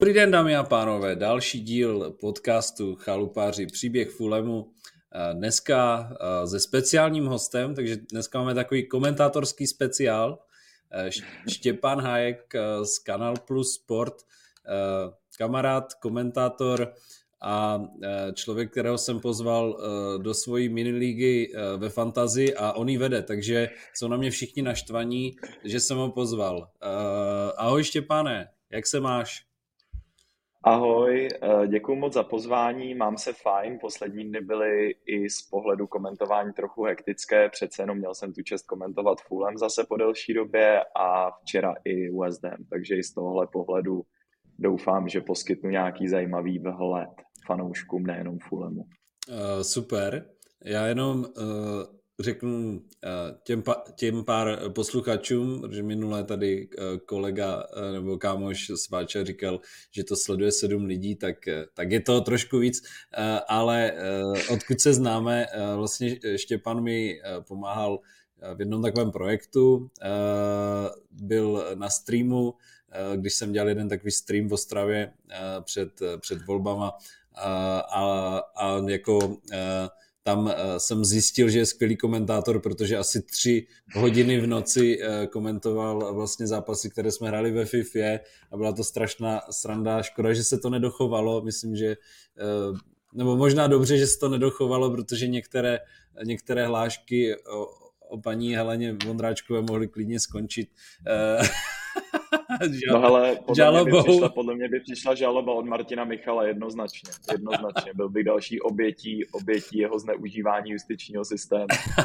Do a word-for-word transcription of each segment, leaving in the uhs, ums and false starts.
Dobrý den, dámy a pánové, další díl podcastu Chalupáři příběh Fulhamu. Dneska se speciálním hostem, takže dneska máme takový komentátorský speciál. Štěpán Hájek z Kanál Plus Sport, kamarád, komentátor a člověk, kterého jsem pozval do svojí miniligy ve Fantazii a on ji vede, takže jsou na mě všichni naštvaní, že jsem ho pozval. Ahoj Štěpáne, jak se máš? Ahoj, děkuji moc za pozvání, mám se fajn, poslední dny byly i z pohledu komentování trochu hektické, přece jenom měl jsem tu čest komentovat Fulham zase po delší době a včera i West Ham, takže i z tohohle pohledu doufám, že poskytnu nějaký zajímavý vhled fanouškům, nejenom Fulhamu. Uh, super, já jenom uh, řeknu uh, těm, pa, těm pár posluchačům, že minule tady uh, kolega uh, nebo kámoš Sváča říkal, že to sleduje sedm lidí, tak, uh, tak je to trošku víc, uh, ale uh, odkud se známe, uh, vlastně Štěpán mi uh, pomáhal uh, v jednom takovém projektu, uh, byl na streamu, uh, když jsem dělal jeden takový stream v Ostravě uh, před, uh, před volbama, a, a, a jako uh, tam uh, jsem zjistil, že je skvělý komentátor, protože asi tři hodiny v noci uh, komentoval vlastně zápasy, které jsme hráli ve FIFA a byla to strašná sranda, škoda, že se to nedochovalo, myslím, že uh, nebo možná dobře, že se to nedochovalo, protože některé, některé hlášky o, o paní Heleně Vondráčkové mohly klidně skončit uh, No hele, podle mě, by přišla, podle mě by přišla žaloba od Martina Michala jednoznačně. Jednoznačně. Byl by další obětí, obětí jeho zneužívání justičního systému.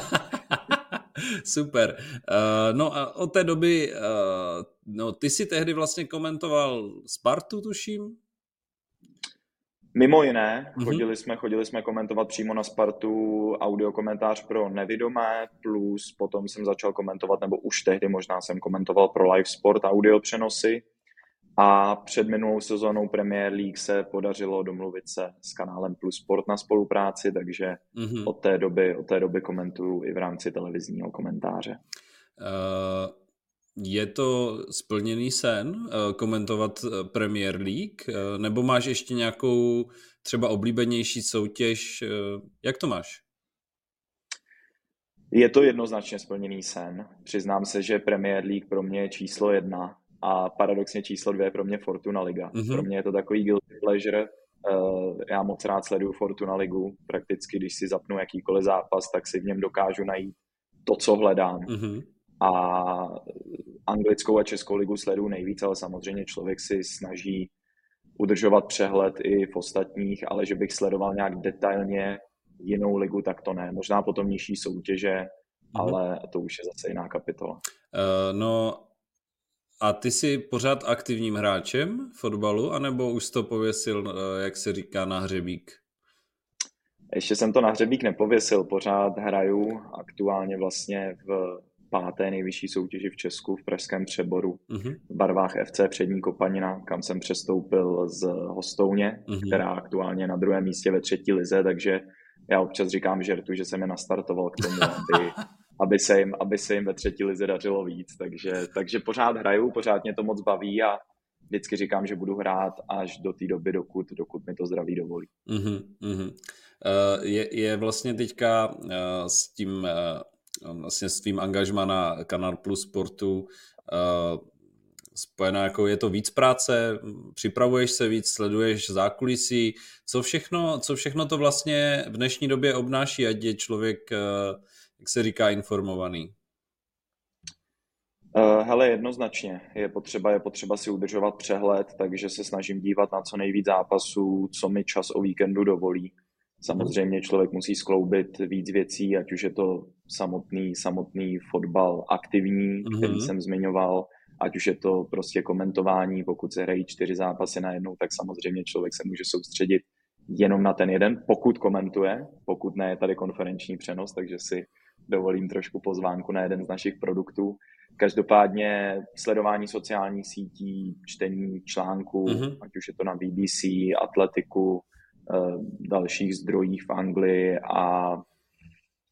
Super. Uh, no a od té doby, uh, no ty si tehdy vlastně komentoval Spartu, tuším? Mimo jiné, chodili, mm-hmm. jsme, chodili jsme komentovat přímo na Spartu audiokomentář pro nevidomé, plus potom jsem začal komentovat, nebo už tehdy možná jsem komentoval pro Live Sport audio přenosy a před minulou sezónou Premier League se podařilo domluvit se s kanálem Plus Sport na spolupráci, takže mm-hmm. od té doby, od té doby komentuju i v rámci televizního komentáře. Uh... Je to splněný sen komentovat Premier League, nebo máš ještě nějakou třeba oblíbenější soutěž? Jak to máš? Je to jednoznačně splněný sen. Přiznám se, že Premier League pro mě je číslo jedna a paradoxně číslo dvě je pro mě Fortuna Liga. Mm-hmm. Pro mě je to takový guilty pleasure. Já moc rád sleduju Fortuna Ligu. Prakticky, když si zapnu jakýkoliv zápas, tak si v něm dokážu najít to, co hledám. Mm-hmm. A anglickou a českou ligu sleduju nejvíc, ale samozřejmě člověk si snaží udržovat přehled i v ostatních, ale že bych sledoval nějak detailně jinou ligu, tak to ne. Možná potom nižší soutěže, mm-hmm. ale to už je zase jiná kapitola. Uh, no a ty jsi pořád aktivním hráčem fotbalu, anebo už to pověsil, jak se říká, na hřebík? Ještě jsem to na hřebík nepověsil, pořád hraju aktuálně vlastně v páté nejvyšší soutěži v Česku v pražském Přeboru mm-hmm. v barvách F C Přední Kopanina, kam jsem přestoupil z Hostouně, mm-hmm. která aktuálně je na druhém místě ve třetí lize, takže já občas říkám žertu, že jsem je nastartoval k tomu, aby, aby, se, jim, aby se jim ve třetí lize dařilo víc, takže, takže pořád hraju, pořád mě to moc baví a vždycky říkám, že budu hrát až do té doby, dokud, dokud mi to zdraví dovolí. Mm-hmm. Uh, je, je vlastně teďka uh, s tím uh, vlastně s tvým angažmá na Kanál Plus Sportu uh, spojená, jako je to víc práce, připravuješ se víc, sleduješ zákulisí, co všechno, co všechno to vlastně v dnešní době obnáší, ať je člověk, uh, jak se říká, informovaný? Uh, hele, jednoznačně. Je potřeba, je potřeba si udržovat přehled, takže se snažím dívat na co nejvíc zápasů, co mi čas o víkendu dovolí. Samozřejmě člověk musí skloubit víc věcí, ať už je to samotný, samotný fotbal aktivní, který mm-hmm. jsem zmiňoval, ať už je to prostě komentování, pokud se hrají čtyři zápasy najednou, tak samozřejmě člověk se může soustředit jenom na ten jeden, pokud komentuje, pokud ne je tady konferenční přenos, takže si dovolím trošku pozvánku na jeden z našich produktů. Každopádně sledování sociálních sítí, čtení článků, mm-hmm. ať už je to na B B C, Atletiku, dalších zdrojích v Anglii a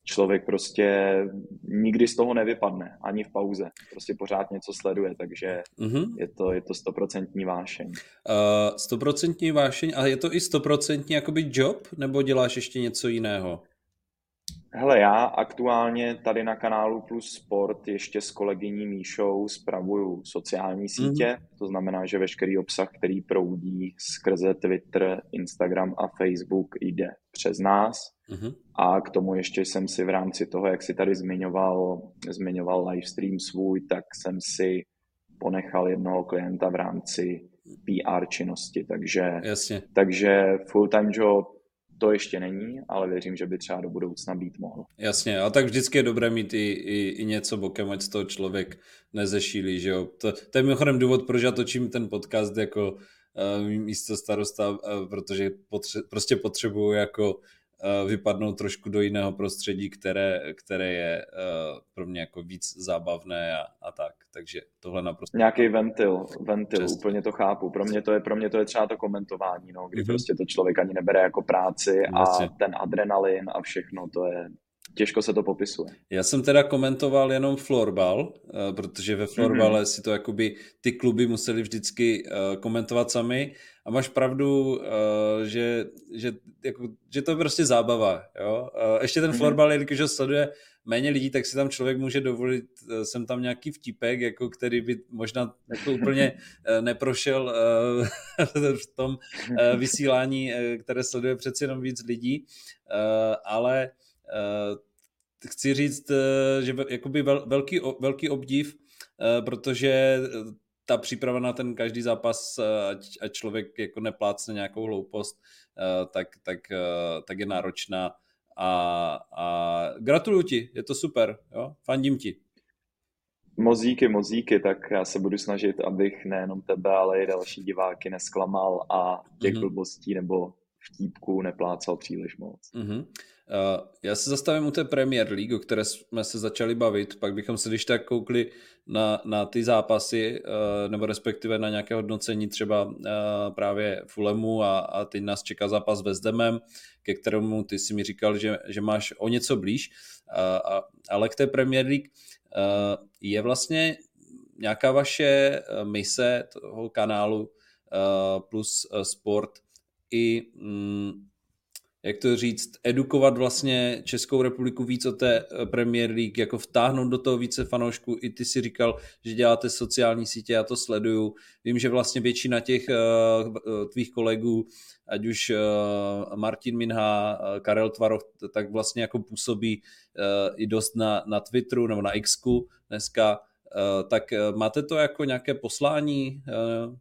člověk prostě nikdy z toho nevypadne, ani v pauze. Prostě pořád něco sleduje, takže mm-hmm. je to je to stoprocentní vášeň. Uh, stoprocentní vášeň, a je to i stoprocentní jakoby job, nebo děláš ještě něco jiného? Hele, já aktuálně tady na kanálu Plus Sport ještě s kolegyní Míšou spravuju sociální sítě, mm-hmm. to znamená, že veškerý obsah, který proudí skrze Twitter, Instagram a Facebook, jde přes nás. Mm-hmm. A k tomu ještě jsem si v rámci toho, jak si tady zmiňoval, zmiňoval livestream svůj, tak jsem si ponechal jednoho klienta v rámci P R činnosti, takže, Jasně. takže full-time job to ještě není, ale věřím, že by třeba do budoucna být mohl. Jasně, a tak vždycky je dobré mít i, i, i něco bokem, ať z toho člověk nezešílí, že jo. To, to je mimochodem důvod, proč já točím ten podcast jako uh, místo starosta, uh, protože potře- prostě potřebuju jako uh, vypadnout trošku do jiného prostředí, které, které je uh, pro mě jako víc zábavné a, a tak. Takže tohle naprosto... Nějaký ventil, ventil, Čest. Úplně to chápu. Pro mě to je, pro mě to je třeba to komentování, no, kdy mm-hmm. prostě to člověk ani nebere jako práci Jasně. a ten adrenalin a všechno, to je... Těžko se to popisuje. Já jsem teda komentoval jenom florbal, protože ve florbale mm-hmm. si to jakoby ty kluby museli vždycky komentovat sami a máš pravdu, že, že, jako, že to je prostě zábava. Jo? Ještě ten mm-hmm. florbal, když ho sleduje méně lidí, tak si tam člověk může dovolit, jsem tam nějaký vtipek, jako který by možná jako úplně neprošel v tom vysílání, které sleduje přeci jenom víc lidí, ale Uh, chci říct, uh, že jakoby vel, velký, velký obdiv, uh, protože ta příprava na ten každý zápas, uh, ať, ať člověk jako neplácne nějakou hloupost, uh, tak, tak, uh, tak je náročná a, a gratuluju ti, je to super, jo? Fandím ti. Moc díky, moc díky, tak já se budu snažit, abych nejenom tebe, ale i další diváky nesklamal a těch mm-hmm. blbostí nebo vtípků neplácal příliš moc. Mm-hmm. Uh, já se zastavím u té Premier League, o které jsme se začali bavit, pak bychom se když tak koukli na, na ty zápasy, uh, nebo respektive na nějaké hodnocení třeba uh, právě Fulhamu a, a teď nás čeká zápas s West Hamem, ke kterému ty si mi říkal, že, že máš o něco blíž, uh, a, ale k té Premier League uh, je vlastně nějaká vaše mise toho kanálu uh, Plus Sport i um, jak to říct, edukovat vlastně Českou republiku víc o té Premier League, jako vtáhnout do toho více fanoušků. I ty si říkal, že děláte sociální sítě, já to sleduju. Vím, že vlastně většina těch uh, tvých kolegů, ať už uh, Martin Minha, uh, Karel Tvaroch, tak vlastně jako působí uh, i dost na, na Twitteru nebo na Xku dneska. Uh, tak uh, máte to jako nějaké poslání? Uh...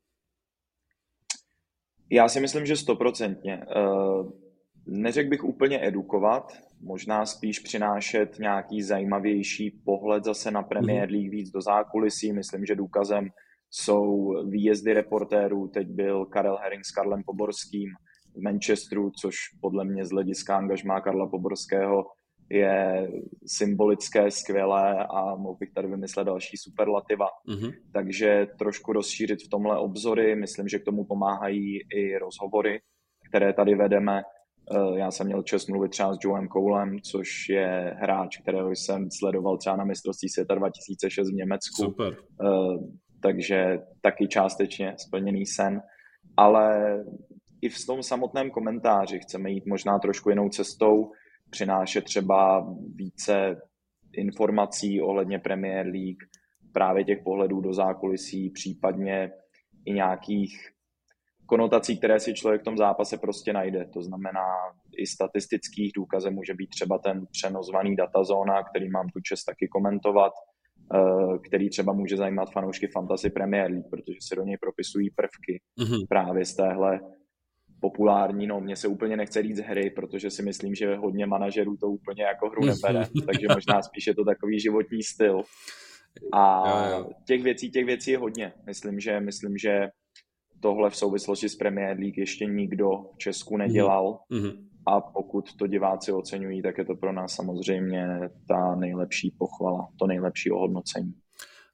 Já si myslím, že stoprocentně. Uh... Neřekl bych úplně edukovat, možná spíš přinášet nějaký zajímavější pohled zase na Premier League víc do zákulisí. Myslím, že důkazem jsou výjezdy reportérů. Teď byl Karel Herring s Karlem Poborským v Manchesteru, což podle mě z hlediska angažmá Karla Poborského je symbolické, skvělé a mohl bych tady vymyslet další superlativa. Mm-hmm. Takže trošku rozšířit v tomhle obzory. Myslím, že k tomu pomáhají i rozhovory, které tady vedeme. Já jsem měl čest mluvit třeba s Joem Coulem, což je hráč, kterého jsem sledoval třeba na mistrovství světa dva tisíce šest v Německu. Super. Takže taky částečně splněný sen. Ale i v tom samotném komentáři chceme jít možná trošku jinou cestou, přinášet třeba více informací ohledně Premier League, právě těch pohledů do zákulisí, případně i nějakých konotací, které si člověk v tom zápase prostě najde. To znamená i statistických důkazem může být třeba ten přenozvaný datazóna, který mám tu čest taky komentovat, který třeba může zajímat fanoušky Fantasy Premier League, protože se do něj propisují prvky mm-hmm. právě z téhle populární, no mně se úplně nechce říct hry, protože si myslím, že hodně manažerů to úplně jako hru nebere, takže možná spíš je to takový životní styl. A těch věcí, těch věcí je hodně. Myslím, že, myslím, že tohle v souvislosti s Premier League ještě nikdo v Česku nedělal mm-hmm. a pokud to diváci oceňují, tak je to pro nás samozřejmě ta nejlepší pochvala, to nejlepší ohodnocení.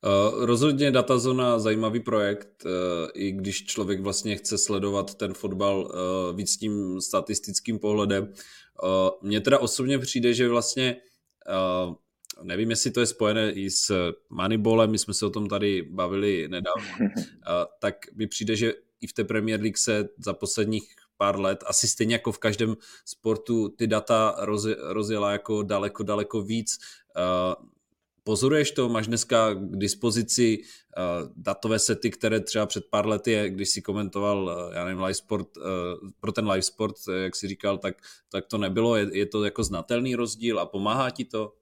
Uh, rozhodně Datazona zajímavý projekt, uh, i když člověk vlastně chce sledovat ten fotbal uh, víc tím statistickým pohledem. Uh, mně teda osobně přijde, že vlastně uh, nevím, jestli to je spojené i s Moneyballem, my jsme se o tom tady bavili nedávno, uh, tak mi přijde, že i v té Premier League se za posledních pár let, asi stejně jako v každém sportu, ty data rozjela jako daleko, daleko víc. Uh, Pozoruješ to? Máš dneska k dispozici uh, datové sety, které třeba před pár lety, když si komentoval, uh, já nevím, live sport, uh, pro ten live sport, jak si říkal, tak, tak to nebylo. Je, je to jako znatelný rozdíl a pomáhá ti to?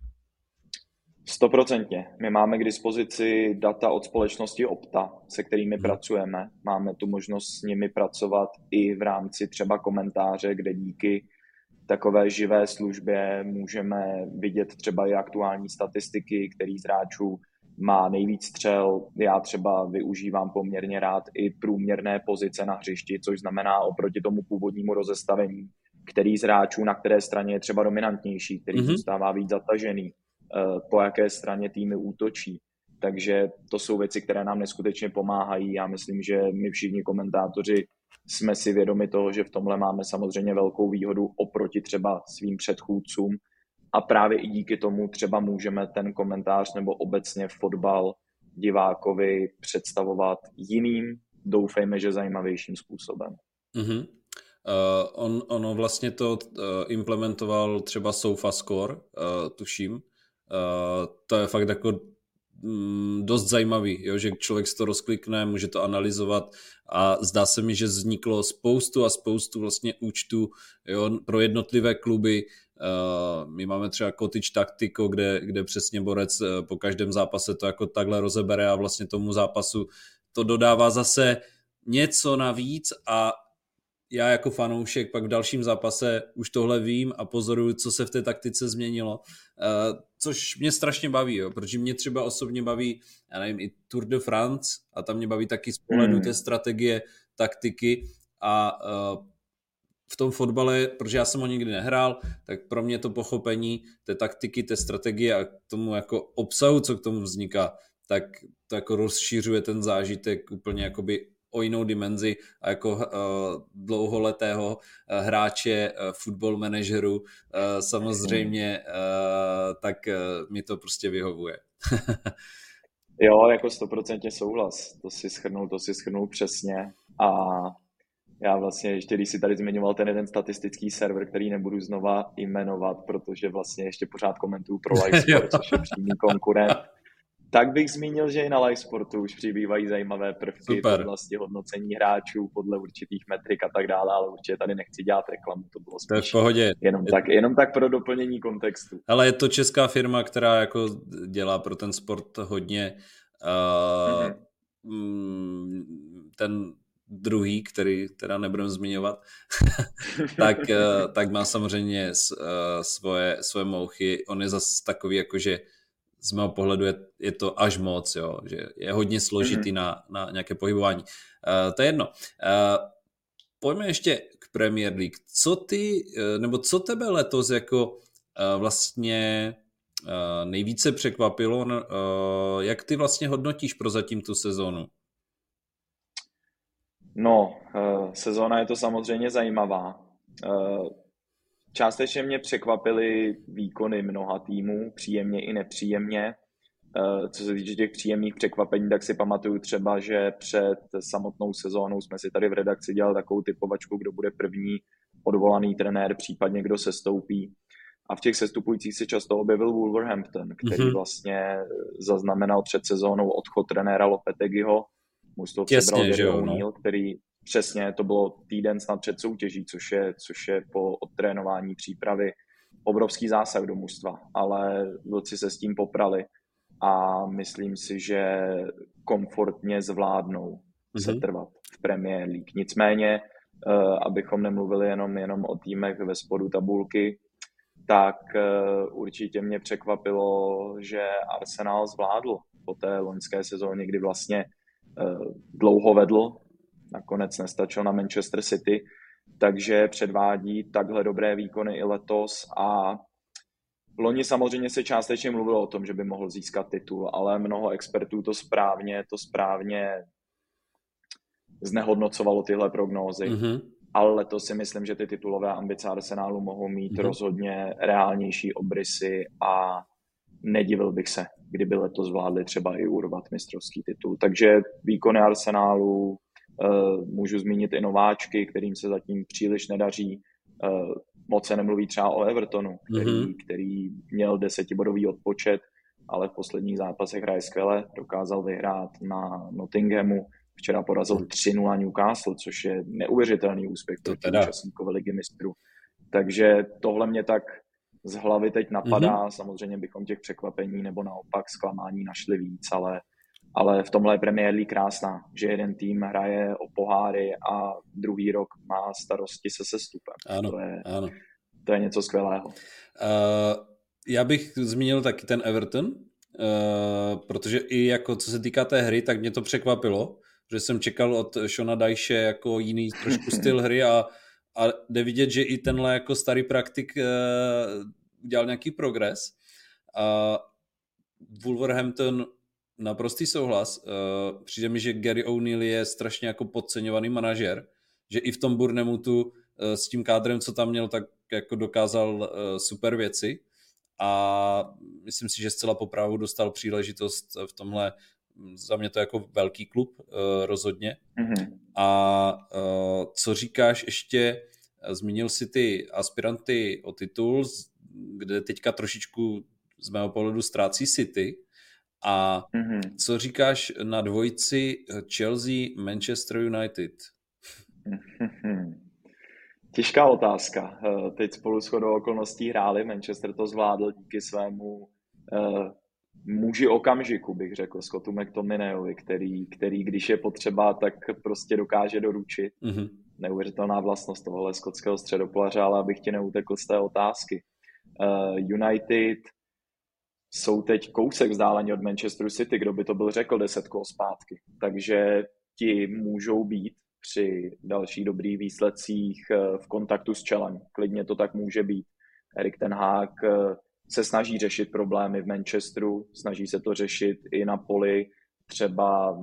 Stoprocentně. My máme k dispozici data od společnosti Opta, se kterými hmm. pracujeme. Máme tu možnost s nimi pracovat i v rámci třeba komentáře, kde díky takové živé službě můžeme vidět třeba i aktuální statistiky, který z hráčů má nejvíc střel. Já třeba využívám poměrně rád i průměrné pozice na hřišti, což znamená oproti tomu původnímu rozestavení, který z hráčů na které straně je třeba dominantnější, který mm-hmm. zůstává víc zatažený, po jaké straně týmy útočí. Takže to jsou věci, které nám neskutečně pomáhají. Já myslím, že my všichni komentátoři jsme si vědomi toho, že v tomhle máme samozřejmě velkou výhodu oproti třeba svým předchůdcům a právě i díky tomu třeba můžeme ten komentář nebo obecně fotbal divákovi představovat jiným, doufejme, že zajímavějším způsobem. Mm-hmm. Uh, on, ono vlastně to uh, implementoval třeba SofaScore, uh, tuším. Uh, to je fakt jako dost zajímavý, jo, že člověk si to rozklikne, může to analyzovat a zdá se mi, že vzniklo spoustu a spoustu vlastně účtů, jo, pro jednotlivé kluby. Uh, my máme třeba Cottage Tactico, kde, kde přesně borec uh, po každém zápase to jako takhle rozebere a vlastně tomu zápasu to dodává zase něco navíc a já jako fanoušek pak v dalším zápase už tohle vím a pozoruju, co se v té taktice změnilo, uh, což mě strašně baví, jo, protože mě třeba osobně baví, já nevím, i Tour de France a tam mě baví taky z pohledu mm. té strategie, taktiky a uh, v tom fotbale, protože já jsem ho nikdy nehrál, tak pro mě to pochopení té taktiky, té strategie a k tomu jako obsahu, co k tomu vzniká, tak to jako rozšířuje ten zážitek úplně jakoby o jinou dimenzi a jako uh, dlouholetého uh, hráče, uh, football manažeru uh, samozřejmě, uh, tak uh, mi to prostě vyhovuje. Jo, jako stoprocentně souhlas. To si shrnul, to si shrnul přesně. A já vlastně ještě, když si tady zmiňoval ten jeden statistický server, který nebudu znova jmenovat, protože vlastně ještě pořád komentuju pro Live Sport, což je přímý konkurent, tak bych zmínil, že i na Live Sportu už přibývají zajímavé prvky v oblasti hodnocení hráčů podle určitých metrik a tak dále, ale určitě tady nechci dělat reklamu, to bylo spíš to je v pohodě. Jenom, je... tak, jenom tak pro doplnění kontextu. Ale je to česká firma, která jako dělá pro ten sport hodně. Uh, mm-hmm. Ten druhý, který teda nebudeme zmiňovat, tak, uh, tak má samozřejmě uh, svoje, svoje mouchy. On je zase takový, jakože z mého pohledu je, je to až moc, jo, že je hodně složitý mm-hmm. na, na nějaké pohybování. Uh, to je jedno. Uh, pojďme ještě k Premier League. Co ty, uh, nebo co tebe letos jako uh, vlastně uh, nejvíce překvapilo? Uh, jak ty vlastně hodnotíš prozatím tu sezónu? No, uh, sezóna je to samozřejmě zajímavá. Uh, Částečně mě překvapily výkony mnoha týmů, příjemně i nepříjemně. Co se týče těch příjemných překvapení, tak si pamatuju třeba, že před samotnou sezónou jsme si tady v redakci dělali takovou typovačku, kdo bude první odvolaný trenér, případně kdo sestoupí. A v těch sestupujících se často objevil Wolverhampton, který mm-hmm. vlastně zaznamenal před sezónou odchod trenéra Lopeteguiho. Mužstvo přebral Gary O'Neill, který přesně to bylo týden snad před soutěží, což je, což je po odtrénování přípravy obrovský zásah do mužstva, ale vlci se s tím poprali a myslím si, že komfortně zvládnou mm-hmm. se trvat v Premier League. Nicméně, uh, abychom nemluvili jenom, jenom o týmech ve spodu tabulky, tak uh, určitě mě překvapilo, že Arsenal zvládl po té loňské sezóně, kdy vlastně uh, dlouho vedl, nakonec nestačil na Manchester City, takže předvádí takhle dobré výkony i letos a loni samozřejmě se částečně mluvilo o tom, že by mohl získat titul, ale mnoho expertů to správně, to správně znehodnocovalo tyhle prognózy. Mm-hmm. Ale letos si myslím, že ty titulové ambice Arsenálu mohou mít mm-hmm. rozhodně reálnější obrysy a nedivil bych se, kdyby letos zvládli třeba i urvat mistrovský titul. Takže výkony Arsenálu, uh, můžu zmínit i nováčky, kterým se zatím příliš nedaří. Uh, moc se nemluví třeba o Evertonu, který, mm-hmm. který měl desetibodový odpočet, ale v posledních zápasech hraje skvěle, dokázal vyhrát na Nottinghamu. Včera porazil tři nula Newcastle, což je neuvěřitelný úspěch proti účastníkovi ligy mistrů. Takže tohle mě tak z hlavy teď napadá. Mm-hmm. Samozřejmě bychom těch překvapení nebo naopak zklamání našli víc, ale, ale v tomhle je Premier League krásná, že jeden tým hraje o poháry a druhý rok má starosti se sestupem. Ano, to, je, ano. to je něco skvělého. Uh, já bych zmínil taky ten Everton, uh, protože i jako co se týká té hry, tak mě to překvapilo, že jsem čekal od Shona Dyche jako jiný trošku styl hry a, a jde vidět, že i tenhle jako starý praktik uh, udělal nějaký progres. A Wolverhampton naprostý souhlas. Uh, přijde mi, že Gary O'Neill je strašně jako podceňovaný manažer, že i v tom Bournemouthu uh, s tím kádrem, co tam měl, tak jako dokázal uh, super věci a myslím si, že zcela po právu dostal příležitost v tomhle. Za mě to jako velký klub, uh, rozhodně. Mm-hmm. A uh, co říkáš ještě, zmínil si ty aspiranty o titul, kde teďka trošičku z mého pohledu ztrácí City. A mm-hmm. co říkáš na dvojici Chelsea-Manchester United? Mm-hmm. Těžká otázka. Teď spolu shodou okolností hráli, Manchester to zvládl díky svému uh, muži okamžiku, bych řekl, Scottu McTominayovi, který, který, když je potřeba, tak prostě dokáže doručit. Mm-hmm. Neuvěřitelná vlastnost tohohle skotského středopolaře, ale abych ti neutekl z té otázky. Uh, United jsou teď kousek vzdálení od Manchesteru City, kdo by to byl řekl deset kol zpátky. Takže ti můžou být při dalších dobrých výsledcích v kontaktu s čelem. Klidně to tak může být. Erik ten Hag se snaží řešit problémy v Manchesteru, snaží se to řešit i na poli třeba,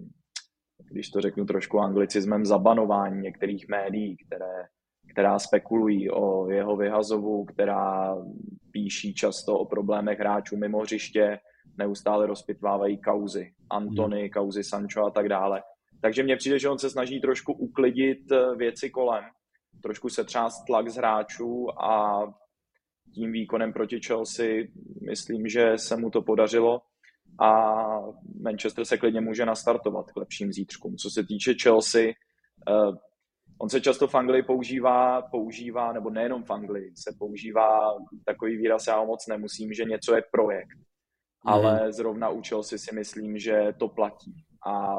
když to řeknu trošku anglicismem, zabanování některých médií, které, která spekulují o jeho vyhazovu, která píší často o problémech hráčů mimo hřiště, neustále rozpitvávají kauzy Antony, kauzy Sancho a tak dále. Takže mně přijde, že on se snaží trošku uklidit věci kolem, trošku se třást tlak z hráčů a tím výkonem proti Chelsea myslím, že se mu to podařilo a Manchester se klidně může nastartovat k lepším zítřkům. Co se týče Chelsea, uh, on se často v Anglii používá, používá, nebo nejenom v Anglii, se používá takový výraz, já ho moc nemusím, že něco je projekt. Mm. Ale zrovna u Chelsea si myslím, že to platí. A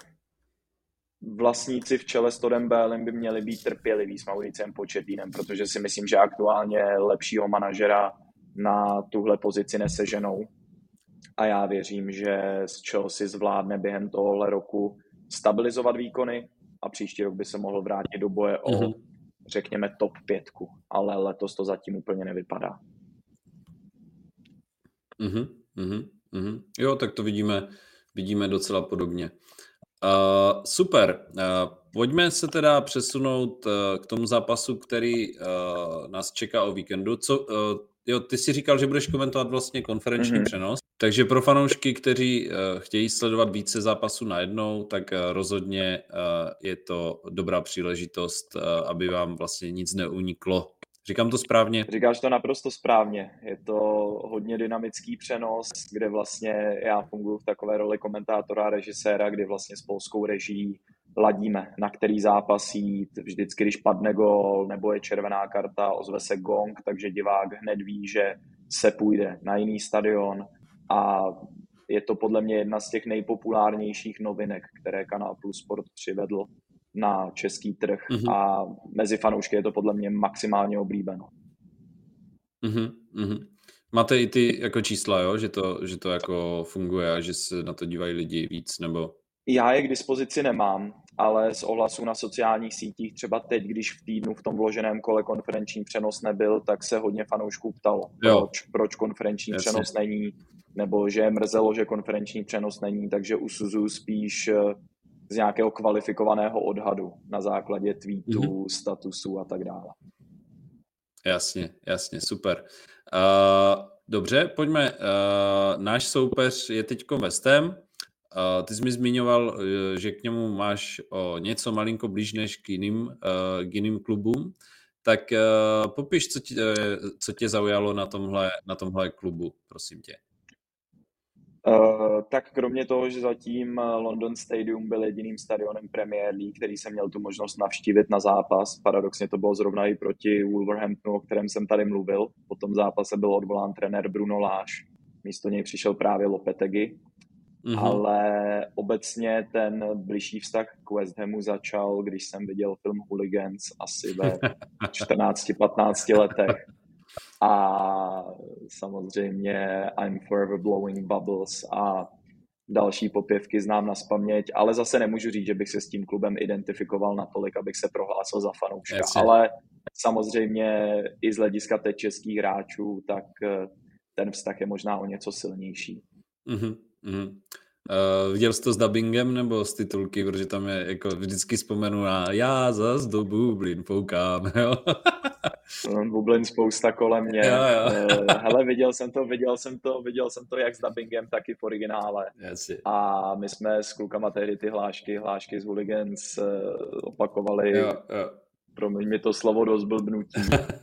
vlastníci v čele s Toddem Boehlem by měli být trpěliví s Mauriciem Pochetinem, protože si myslím, že aktuálně lepšího manažera na tuhle pozici neseženou. A já věřím, že z Chelsea zvládne během tohohle roku stabilizovat výkony a příští rok by se mohl vrátit do boje o, mm-hmm. řekněme, top pětku. Ale letos to zatím úplně nevypadá. Mm-hmm, mm-hmm. Jo, tak to vidíme, vidíme docela podobně. Uh, super. Uh, pojďme se teda přesunout uh, k tomu zápasu, který uh, nás čeká o víkendu. Co, uh, jo, ty jsi říkal, že budeš komentovat vlastně konferenční mm-hmm. přenos, takže pro fanoušky, kteří uh, chtějí sledovat více zápasů najednou, tak uh, rozhodně uh, je to dobrá příležitost, uh, aby vám vlastně nic neuniklo. Říkám to správně? Říkáš to naprosto správně. Je to hodně dynamický přenos, kde vlastně já funguji v takové roli komentátora a režiséra, kdy vlastně s polskou režií ladíme, na který zápas jít. Vždycky, když padne gól nebo je červená karta, ozve se gong, takže divák hned ví, že se půjde na jiný stadion a je to podle mě jedna z těch nejpopulárnějších novinek, které Kanál Plus Sport přivedl na český trh mm-hmm. a mezi fanoušky je to podle mě maximálně oblíbeno. Mm-hmm, mm-hmm. Máte i ty jako čísla, jo? Že to, že to jako funguje a že se na to dívají lidi víc, nebo? Já je k dispozici nemám, ale z ohlasů na sociálních sítích, třeba teď, když v týdnu v tom vloženém kole konferenční přenos nebyl, tak se hodně fanoušků ptalo, proč, proč konferenční Jasně. přenos není, nebo že je mrzelo, že konferenční přenos není, takže usuzuju spíš z nějakého kvalifikovaného odhadu na základě tweetů, mm-hmm. statusů a tak dále. Jasně, jasně, super. Uh, dobře, pojďme. Uh, náš soupeř je teďko West Ham. Uh, ty jsi mi zmiňoval, že k němu máš o něco malinko blíž než k jiným, uh, k jiným klubům. Tak uh, popiš, co tě, co tě zaujalo na tomhle, na tomhle klubu, prosím tě. Uh, tak kromě toho, že zatím London Stadium byl jediným stadionem Premier League, který jsem měl tu možnost navštívit na zápas, paradoxně to bylo zrovna i proti Wolverhamptonu, o kterém jsem tady mluvil. Po tom zápase byl odvolán trenér Bruno Lage, místo něj přišel právě Lopetegui, mm-hmm. ale obecně ten bližší vztah k West Hamu začal, když jsem viděl film Hooligans asi ve čtrnácti patnácti letech. A samozřejmě I'm Forever Blowing Bubbles a další popěvky znám nazpaměť, ale zase nemůžu říct, že bych se s tím klubem identifikoval natolik, abych se prohlásil za fanouška. Jasně. Ale samozřejmě i z hlediska těch českých hráčů, tak ten vztah je možná o něco silnější. Mm-hmm. Mm-hmm. Uh, viděl jsi to s dubbingem nebo z titulky, protože tam je jako vždycky vzpomenu na já zas do bublin poukám, jo? Bublin spousta kolem mě. Jo, jo. Hele, viděl jsem to, viděl jsem to, viděl jsem to jak s dubbingem, tak i v originále. Yes. A my jsme s klukama tehdy ty hlášky, hlášky z Hooligans opakovali. Jo, jo. Promiň mi to slovo do zblbnutí.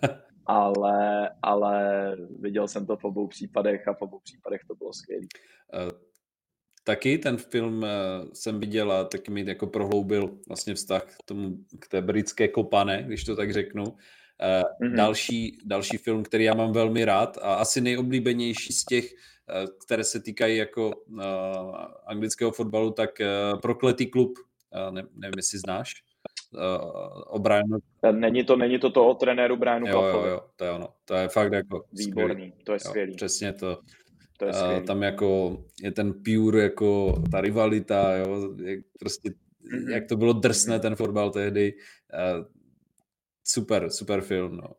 ale, ale viděl jsem to v obou případech a v obou případech to bylo skvělé. Uh, taky ten film uh, jsem viděl a taky mi jako prohloubil vlastně vztah k tomu, k té britské kopane, když to tak řeknu. Uh, mm-hmm. další, další film, který já mám velmi rád a asi nejoblíbenější z těch, uh, které se týkají jako uh, anglického fotbalu, tak uh, Prokletý klub, uh, ne, nevím, jestli znáš. Uh, o Brianu. Není to, není to to o trenéru Brianu Cloughovi. Jo, jo, to je ono. To je fakt jako výborný, skvělý. To je skvělý. Jo, přesně to. To je uh, tam jako je ten pure, jako ta rivalita, jo, jak prostě, mm-hmm. jak to bylo drsné, mm-hmm. ten fotbal tehdy. Uh, super, super film, no.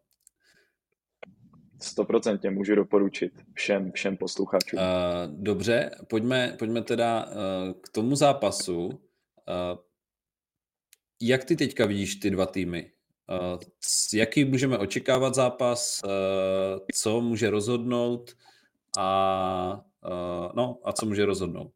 Stoprocentně můžu doporučit všem, všem posluchačům. Uh, dobře, pojďme, pojďme teda uh, k tomu zápasu. Uh, jak ty teďka vidíš ty dva týmy? Uh, jaký můžeme očekávat zápas? Uh, co může rozhodnout? A, uh, no, a co může rozhodnout?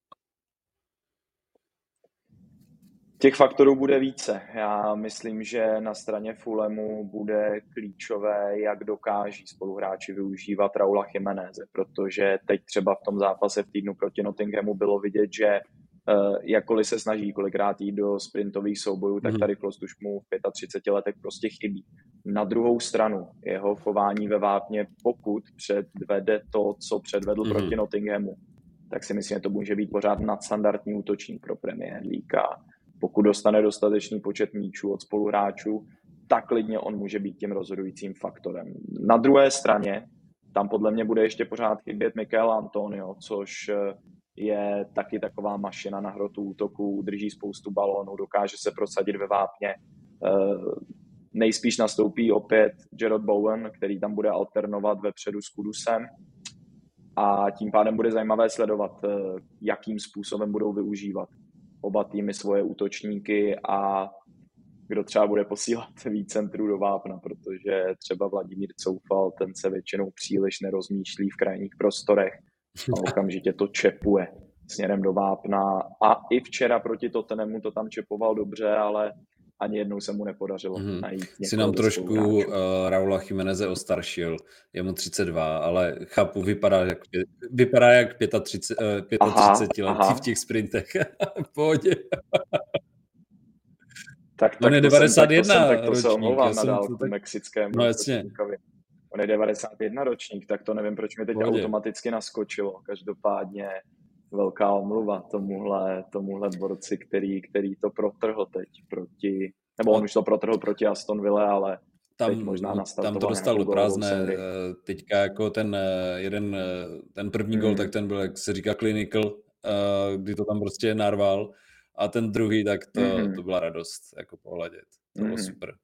Těch faktorů bude více. Já myslím, že na straně Fulhamu bude klíčové, jak dokáží spoluhráči využívat Raula Jiméneze, protože teď třeba v tom zápase v týdnu proti Nottinghamu bylo vidět, že uh, jakkoliv se snaží kolikrát jít do sprintových soubojů, tak ta rychlost už mu v třiceti pěti letech prostě chybí. Na druhou stranu jeho chování ve vápně, pokud předvede to, co předvedl mm-hmm. proti Nottinghamu, tak si myslím, že to může být pořád nadstandardní útočník pro Premier League. A pokud dostane dostatečný počet míčů od spoluhráčů, tak klidně on může být tím rozhodujícím faktorem. Na druhé straně, tam podle mě bude ještě pořád chybět Michael Antonio, což je taky taková mašina na hrotu útoku, drží spoustu balónů, dokáže se prosadit ve vápně. Nejspíš nastoupí opět Jarrod Bowen, který tam bude alternovat vepředu s Kudusem. A tím pádem bude zajímavé sledovat, jakým způsobem budou využívat oba týmy svoje útočníky a kdo třeba bude posílat víc centrů do vápna, protože třeba Vladimír Coufal, ten se většinou příliš nerozmýšlí v krajních prostorech a okamžitě to čepuje směrem do vápna. A i včera proti Tottenhamu to tam čepoval dobře, ale ani jednou se mu nepodařilo mm-hmm. najít. Si nám trošku uh, Raula Jiméneze ostaršil, je mu třicet dva, ale chápu, vypadá jak, vypadá jak třicet pět, uh, třicetiletý v těch sprintech. V pohodě. Tak, On je devadesát jedna tak to ročník. Se omlouvám na dálku tak... mexickému. No jasně. On je devadesát jedna ročník, tak to nevím, proč mi teď pohodě. Automaticky naskočilo. Každopádně velká omluva tomuhle, tomuhle borci, který, který to protrhl teď proti, nebo on už to protrhl proti Aston Villa, ale tam, teď možná nastartoval. Tam to dostal do prázdné. Teďka jako ten jeden, ten první hmm. gol, tak ten byl, jak se říká, clinical, kdy to tam prostě narval. a ten druhý, tak to, Mhm. to byla radost jako pohledět. To bylo Mhm. super.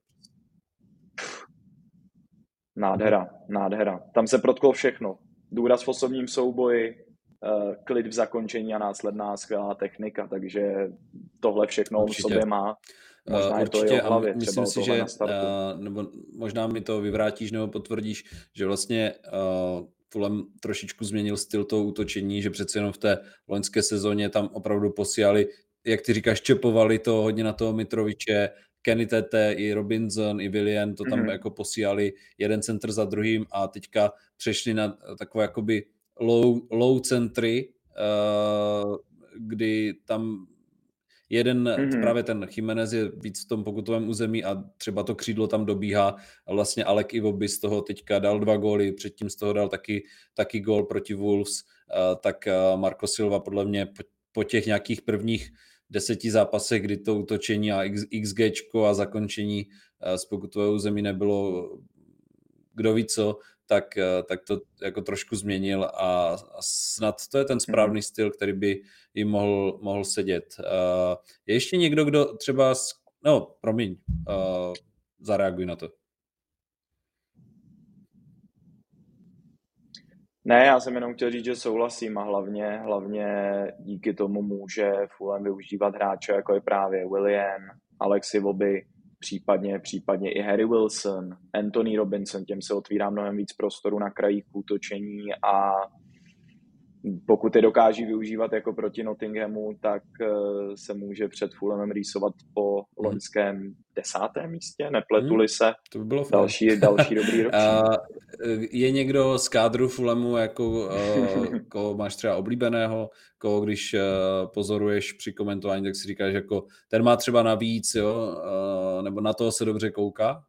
Nádhera, nádhera. Tam se protklo všechno. Důraz v osobním souboji, eh, klid v zakončení a následná skvělá technika, takže tohle všechno on v Určitě. sobě má. Možná Uh, je to určitě jeho a hlavě, myslím třeba o si, tohle že na startu. uh, nebo možná mi to vyvrátíš nebo potvrdíš, že vlastně uh, Fulham trošičku změnil styl toho útočení, že přece jenom v té loňské sezóně tam opravdu posílali, jak ty říkáš, čepovali to hodně na toho Mitroviče, Kenny Tete, i Robinson, i Willian, to tam Mhm. jako posílali jeden centr za druhým a teďka přešli na takové jakoby low, low centry, uh, kdy tam jeden, Mhm. právě ten Jimenez je víc v tom pokutovém území a třeba to křídlo tam dobíhá a vlastně Alec Iwobi z toho teďka dal dva góly, předtím z toho dal taky, taky gól proti Wolves, tak Marco Silva podle mě po, po těch nějakých prvních deseti zápasech, kdy to útočení a XGčko a zakončení z pokutového území nebylo kdo ví co, tak, tak to jako trošku změnil a, a snad to je ten správný mm. styl, který by jim mohl, mohl sedět. Uh, je ještě někdo, kdo třeba, no promiň, uh, zareaguj na to. Ne, já jsem jenom chtěl říct, že souhlasím a hlavně, hlavně díky tomu může Fulham využívat hráče, jako je právě Willian, Alex Iwobi, případně, případně i Harry Wilson, Anthony Robinson, těm se otvírá mnohem víc prostoru na krajích k útočení a pokud je dokáží využívat jako proti Nottinghamu, tak se může před Fulhamem rýsovat po loňském desátém místě, nepletuli se. To by bylo další, další dobrý ročník. Je někdo z kádru Fulhamu, jako koho máš třeba oblíbeného, koho když pozoruješ při komentování, tak si říkáš, jako ten má třeba navíc, jo, nebo na toho se dobře kouká?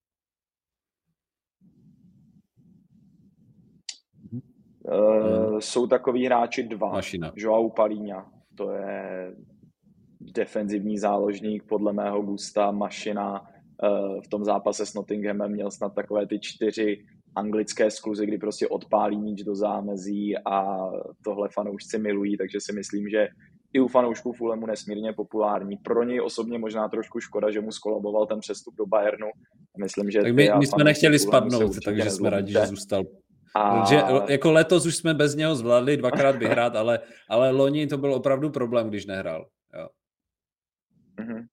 Uh, jsou takový hráči dva. Mašina. Joao Palhinha, to je defenzivní záložník, podle mého gusta, mašina. Uh, v tom zápase s Nottinghamem měl snad takové ty čtyři anglické skluzy, kdy prostě odpálí míč do zámezí a tohle fanoušci milují, takže si myslím, že i u fanoušků Fulhamu nesmírně populární. Pro něj osobně možná trošku škoda, že mu skolaboval ten přestup do Bayernu. Myslím, že tak my, my jsme nechtěli spadnout, takže jsme rádi, že zůstal. A... Protože jako letos už jsme bez něho zvládli dvakrát vyhrát, ale, ale loni to byl opravdu problém, když nehrál. Jo. Mm-hmm.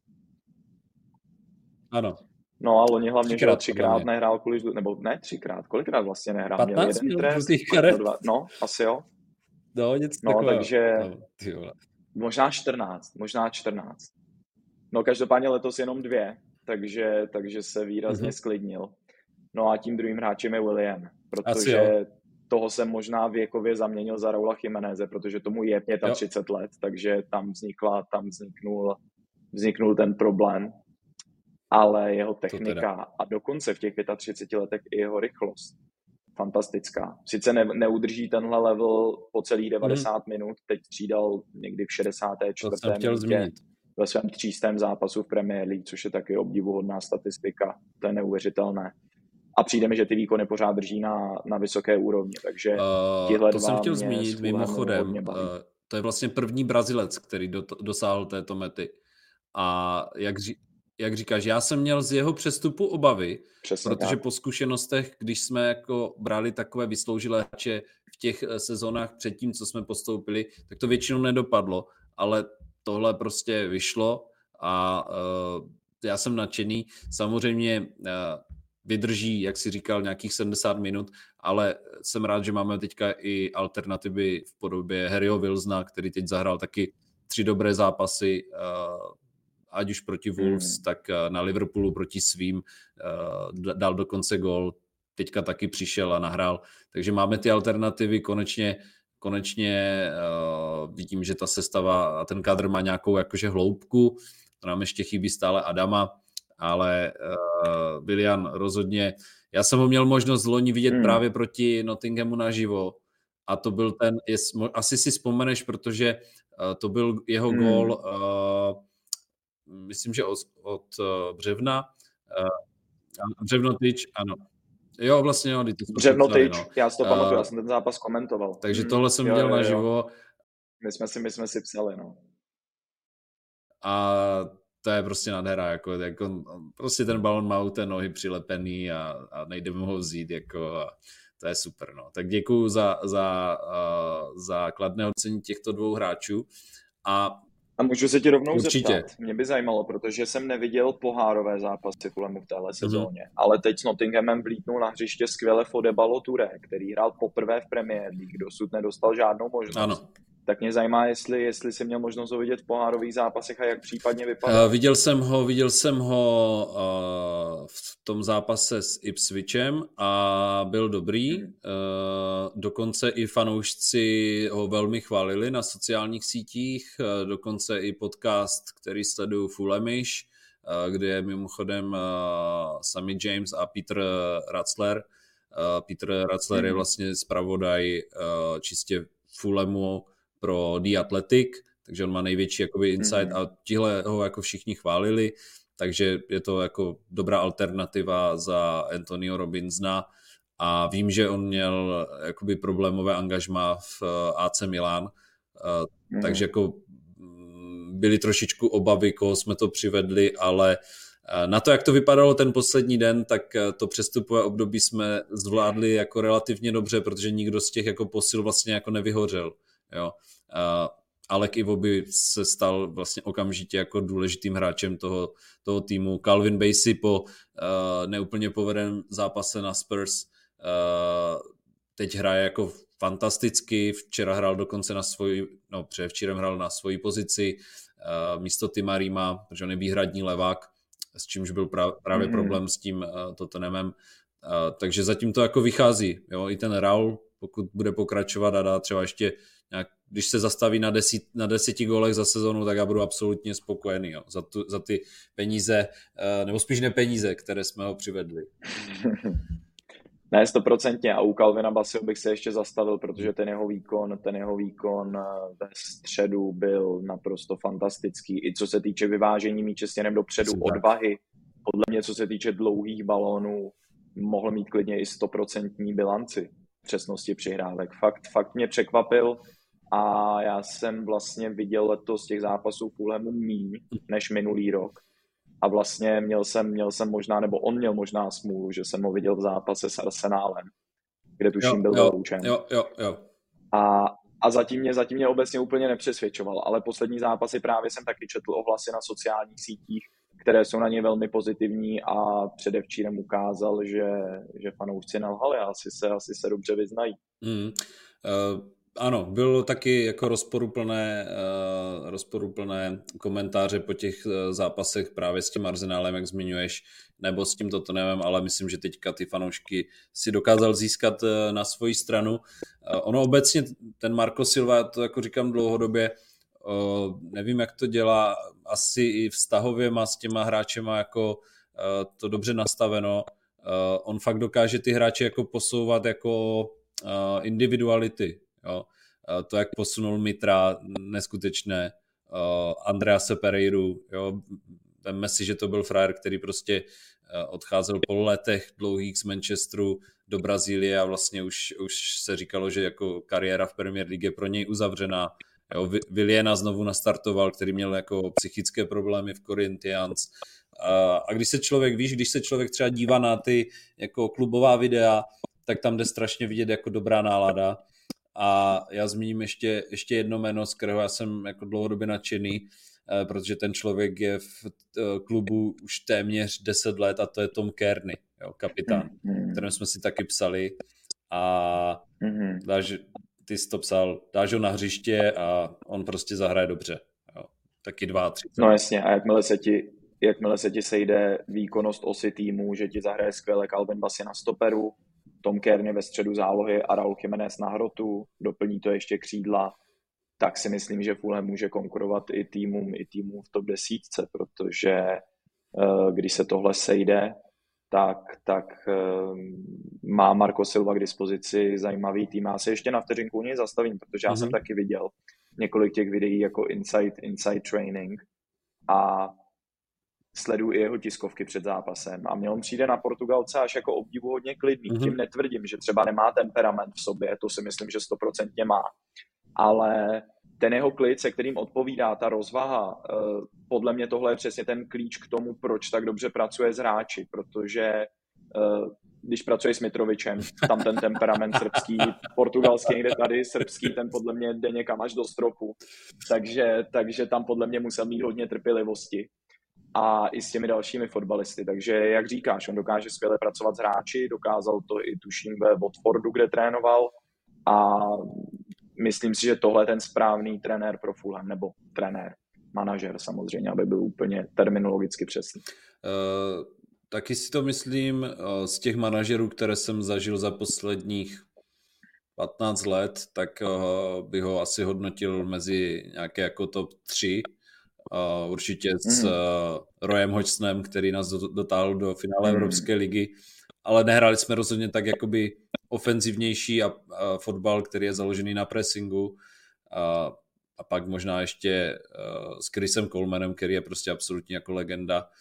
Ano. No a loni hlavně, třikrát, že třikrát nehrál kvůli, nebo ne třikrát, kolikrát vlastně nehrál? patnáct měl jeden trest, dva, no, asi jo. No, něco no takového. takže no, možná čtrnáct, možná čtrnáct. No každopádně letos jenom dvě, takže, takže se výrazně mm-hmm. sklidnil. No a tím druhým hráčem je Willian, protože toho jsem možná věkově zaměnil za Raula Jimeneze, protože tomu je třicet pět let, takže tam vznikla, tam vzniknul, vzniknul ten problém. Ale jeho technika a dokonce v těch třiceti pěti letech i jeho rychlost fantastická. Sice ne, neudrží tenhle level po celých devadesát mm. minut, teď střídal někdy v šedesátém čtvrtém minutě ve svém třístém zápasu v Premier League, což je taky obdivuhodná statistika, to je neuvěřitelné. A přijde mi, že ty výkony pořád drží na, na vysoké úrovni, takže uh, tihle to dva jsem chtěl zmínit mimochodem, uh, to je vlastně první Brazilec, který do, dosáhl této mety. A jak ří, jak říkáš, já jsem měl z jeho přestupu obavy, Přesně protože tak. po zkušenostech, když jsme jako brali takové vysloužilé hráče v těch sezónách předtím, co jsme postoupili, tak to většinou nedopadlo, ale tohle prostě vyšlo a uh, já jsem nadšený. Samozřejmě uh, vydrží, jak si říkal, nějakých sedmdesát minut, ale jsem rád, že máme teďka i alternativy v podobě Harryho Wilsona, který teď zahrál taky tři dobré zápasy, uh, ať už proti Wolves, hmm. tak na Liverpoolu proti svým dal dokonce gól, teďka taky přišel a nahrál. Takže máme ty alternativy, konečně, konečně uh, vidím, že ta sestava a ten kádr má nějakou jakože hloubku, to nám ještě chybí stále Adama, ale uh, Willian rozhodně, já jsem ho měl možnost loni vidět hmm. právě proti Nottinghamu naživo a to byl ten, jest, asi si vzpomeneš, protože uh, to byl jeho hmm. gól uh, myslím, že od, od uh, Břevna. Uh, Břevnotyč, ano. Jo, vlastně jo. Břevnotyč, no. Já si to pamatuju, uh, já jsem ten zápas komentoval. Takže tohle jsem viděl naživo. My jsme si, my jsme si psali, no. a to je prostě nádhera, jako, jako prostě ten balon má u té nohy přilepený a, a nejde mu ho vzít, jako a to je super, no. Tak děkuju za, za, uh, za kladné ocenění těchto dvou hráčů a A můžu se ti rovnou určitě zeptat, mě by zajímalo, protože jsem neviděl pohárové zápasy Fulhamu v téhle sezóně, mm-hmm. ale teď s Nottinghamem vlítnul na hřiště skvěle Fode Ballo-Touré, který hrál poprvé v Premier League, dosud nedostal žádnou možnost. Ano. Tak mě zajímá, jestli, jestli jsi měl možnost ho vidět v pohárových zápasech a jak případně vypadá. Uh, viděl jsem ho, viděl jsem ho uh, v tom zápase s Ipswichem a byl dobrý. Uh, dokonce i fanoušci ho velmi chválili na sociálních sítích, uh, dokonce i podcast, který sleduju Fulhamish, uh, kde je mimochodem uh, Sammy James a Peter Ratzler. Uh, Peter Ratzler mm. je vlastně zpravodaj uh, čistě Fulhamu pro The Athletic, takže on má největší jakoby insight mm-hmm. a tihle ho jako všichni chválili, takže je to jako dobrá alternativa za Antonio Robinsona a vím, že on měl jakoby problémové angažmá v á cé Milan, mm-hmm. takže jako byly trošičku obavy, koho jsme to přivedli, ale na to, jak to vypadalo ten poslední den, tak to přestupové období jsme zvládli jako relativně dobře, protože nikdo z těch jako posil vlastně jako nevyhořel. Jo. Uh, Alec Iwobi se stal vlastně okamžitě jako důležitým hráčem toho, toho týmu. Calvin Bassey po uh, neúplně povedeném zápase na Spurs uh, teď hraje jako fantasticky. Včera hrál dokonce na svoji, no předevčírem hrál na svoji pozici uh, místo Tima Rima, protože on je výhradní levák, s čímž byl pra, právě mm-hmm. problém s tím uh, Tottenhamem. Uh, takže zatím to jako vychází. Jo? I ten Raul, pokud bude pokračovat a dá třeba ještě nějak, když se zastaví na, deset, na deseti gólech za sezonu, tak já budu absolutně spokojený, jo, za, tu, za ty peníze, nebo spíš ne peníze, které jsme ho přivedli. Ne, stoprocentně. A u Calvina Basseyho bych se ještě zastavil, protože ten jeho výkon, ten jeho výkon ve středu byl naprosto fantastický. I co se týče vyvážení míče směrem dopředu, odvahy. Podle mě, co se týče dlouhých balónů, mohl mít klidně i stoprocentní bilanci přesnosti přihrávek. Fakt, fakt mě překvapil a já jsem vlastně viděl letos těch zápasů Fulhamu míň než minulý rok. A vlastně měl jsem, měl jsem možná, nebo on měl možná smůlu, že jsem ho viděl v zápase s Arsenálem, kde tuším jo, byl vyloučen. Jo, jo, jo. A, a zatím, mě, zatím mě obecně úplně nepřesvědčoval, ale poslední zápasy právě jsem taky četl ohlasy na sociálních sítích, které jsou na ně velmi pozitivní a předevčírem ukázal, že, že fanoušci nelhali a asi se, asi se dobře vyznají. Mm. Uh, ano, bylo taky jako rozporuplné, uh, rozporuplné komentáře po těch uh, zápasech právě s tím Arsenálem, jak zmiňuješ, nebo s tím Tottenhamem, ale myslím, že teďka ty fanoušky si dokázal získat uh, na svoji stranu. Uh, ono obecně, ten Marco Silva, to jako říkám dlouhodobě, Uh, nevím, jak to dělá, asi i vztahově má s těma hráčema jako uh, to dobře nastaveno. Uh, on fakt dokáže ty hráče jako posouvat jako uh, individuality. Jo? Uh, to, jak posunul Mitra, neskutečné. Uh, Andrease Pereiru, jo? Vemme si, že to byl frajer, který prostě uh, odcházel po letech dlouhých z Manchesteru do Brazílie a vlastně už, už se říkalo, že jako kariéra v Premier League je pro něj uzavřená. Jo, Williana znovu nastartoval, který měl jako psychické problémy v Corinthians. A, a když se člověk, víš, když se člověk třeba dívá na ty jako klubová videa, tak tam jde strašně vidět jako dobrá nálada. A já zmíním ještě, ještě jedno jméno, z kterého já jsem jako dlouhodobě nadšený, protože ten člověk je v klubu už téměř deset let a to je Tom Kearney, jo, kapitán, mm-hmm. kterým jsme si taky psali. A mm-hmm. dáš, ty jsi to psal, dáš ho na hřiště a on prostě zahraje dobře. Jo. Taky dva, tři. No jasně, a jakmile se ti, jakmile se ti sejde výkonnost osy týmu, že ti zahraje skvěle Calvin Bassey na stoperu, Tom Kearney ve středu zálohy a Raul Jiménez na hrotu, doplní to ještě křídla, tak si myslím, že Fulham může konkurovat i týmům, i týmům v top desítce, protože když se tohle sejde, tak, tak má Marco Silva k dispozici zajímavý tým. Já se ještě na vteřinku u něj zastavím, protože já mm-hmm. jsem taky viděl několik těch videí jako Inside, inside Training a sleduji i jeho tiskovky před zápasem a mně on přijde na Portugalce až jako obdivuhodně klidný. Mm-hmm. Tím netvrdím, že třeba nemá temperament v sobě, to si myslím, že stoprocentně má, ale ten jeho klid, se kterým odpovídá ta rozvaha, podle mě tohle je přesně ten klíč k tomu, proč tak dobře pracuje s hráči, protože když pracuje s Mitrovičem, tam ten temperament srbský, portugalský, někde tady, srbský, ten podle mě jde někam až do stropu, takže, takže tam podle mě musel mít hodně trpělivosti a i s těmi dalšími fotbalisty, takže jak říkáš, on dokáže skvěle pracovat s hráči, dokázal to i tuším ve Watfordu, kde trénoval a myslím si, že tohle je ten správný trenér pro Fulham, nebo trenér, manažer samozřejmě, aby byl úplně terminologicky přesný. Uh, taky si to myslím uh, z těch manažerů, které jsem zažil za posledních patnáct let, tak uh, bych ho asi hodnotil mezi nějaké jako top tři. Uh, určitě s uh, Royem Hodgsonem, který nás dotáhl do finále mm. Evropské ligy, ale nehráli jsme rozhodně tak jakoby ofenzivnější a, a fotbal, který je založený na pressingu a, a pak možná ještě uh, s Chrisem Colemanem, který je prostě absolutně jako legenda, uh,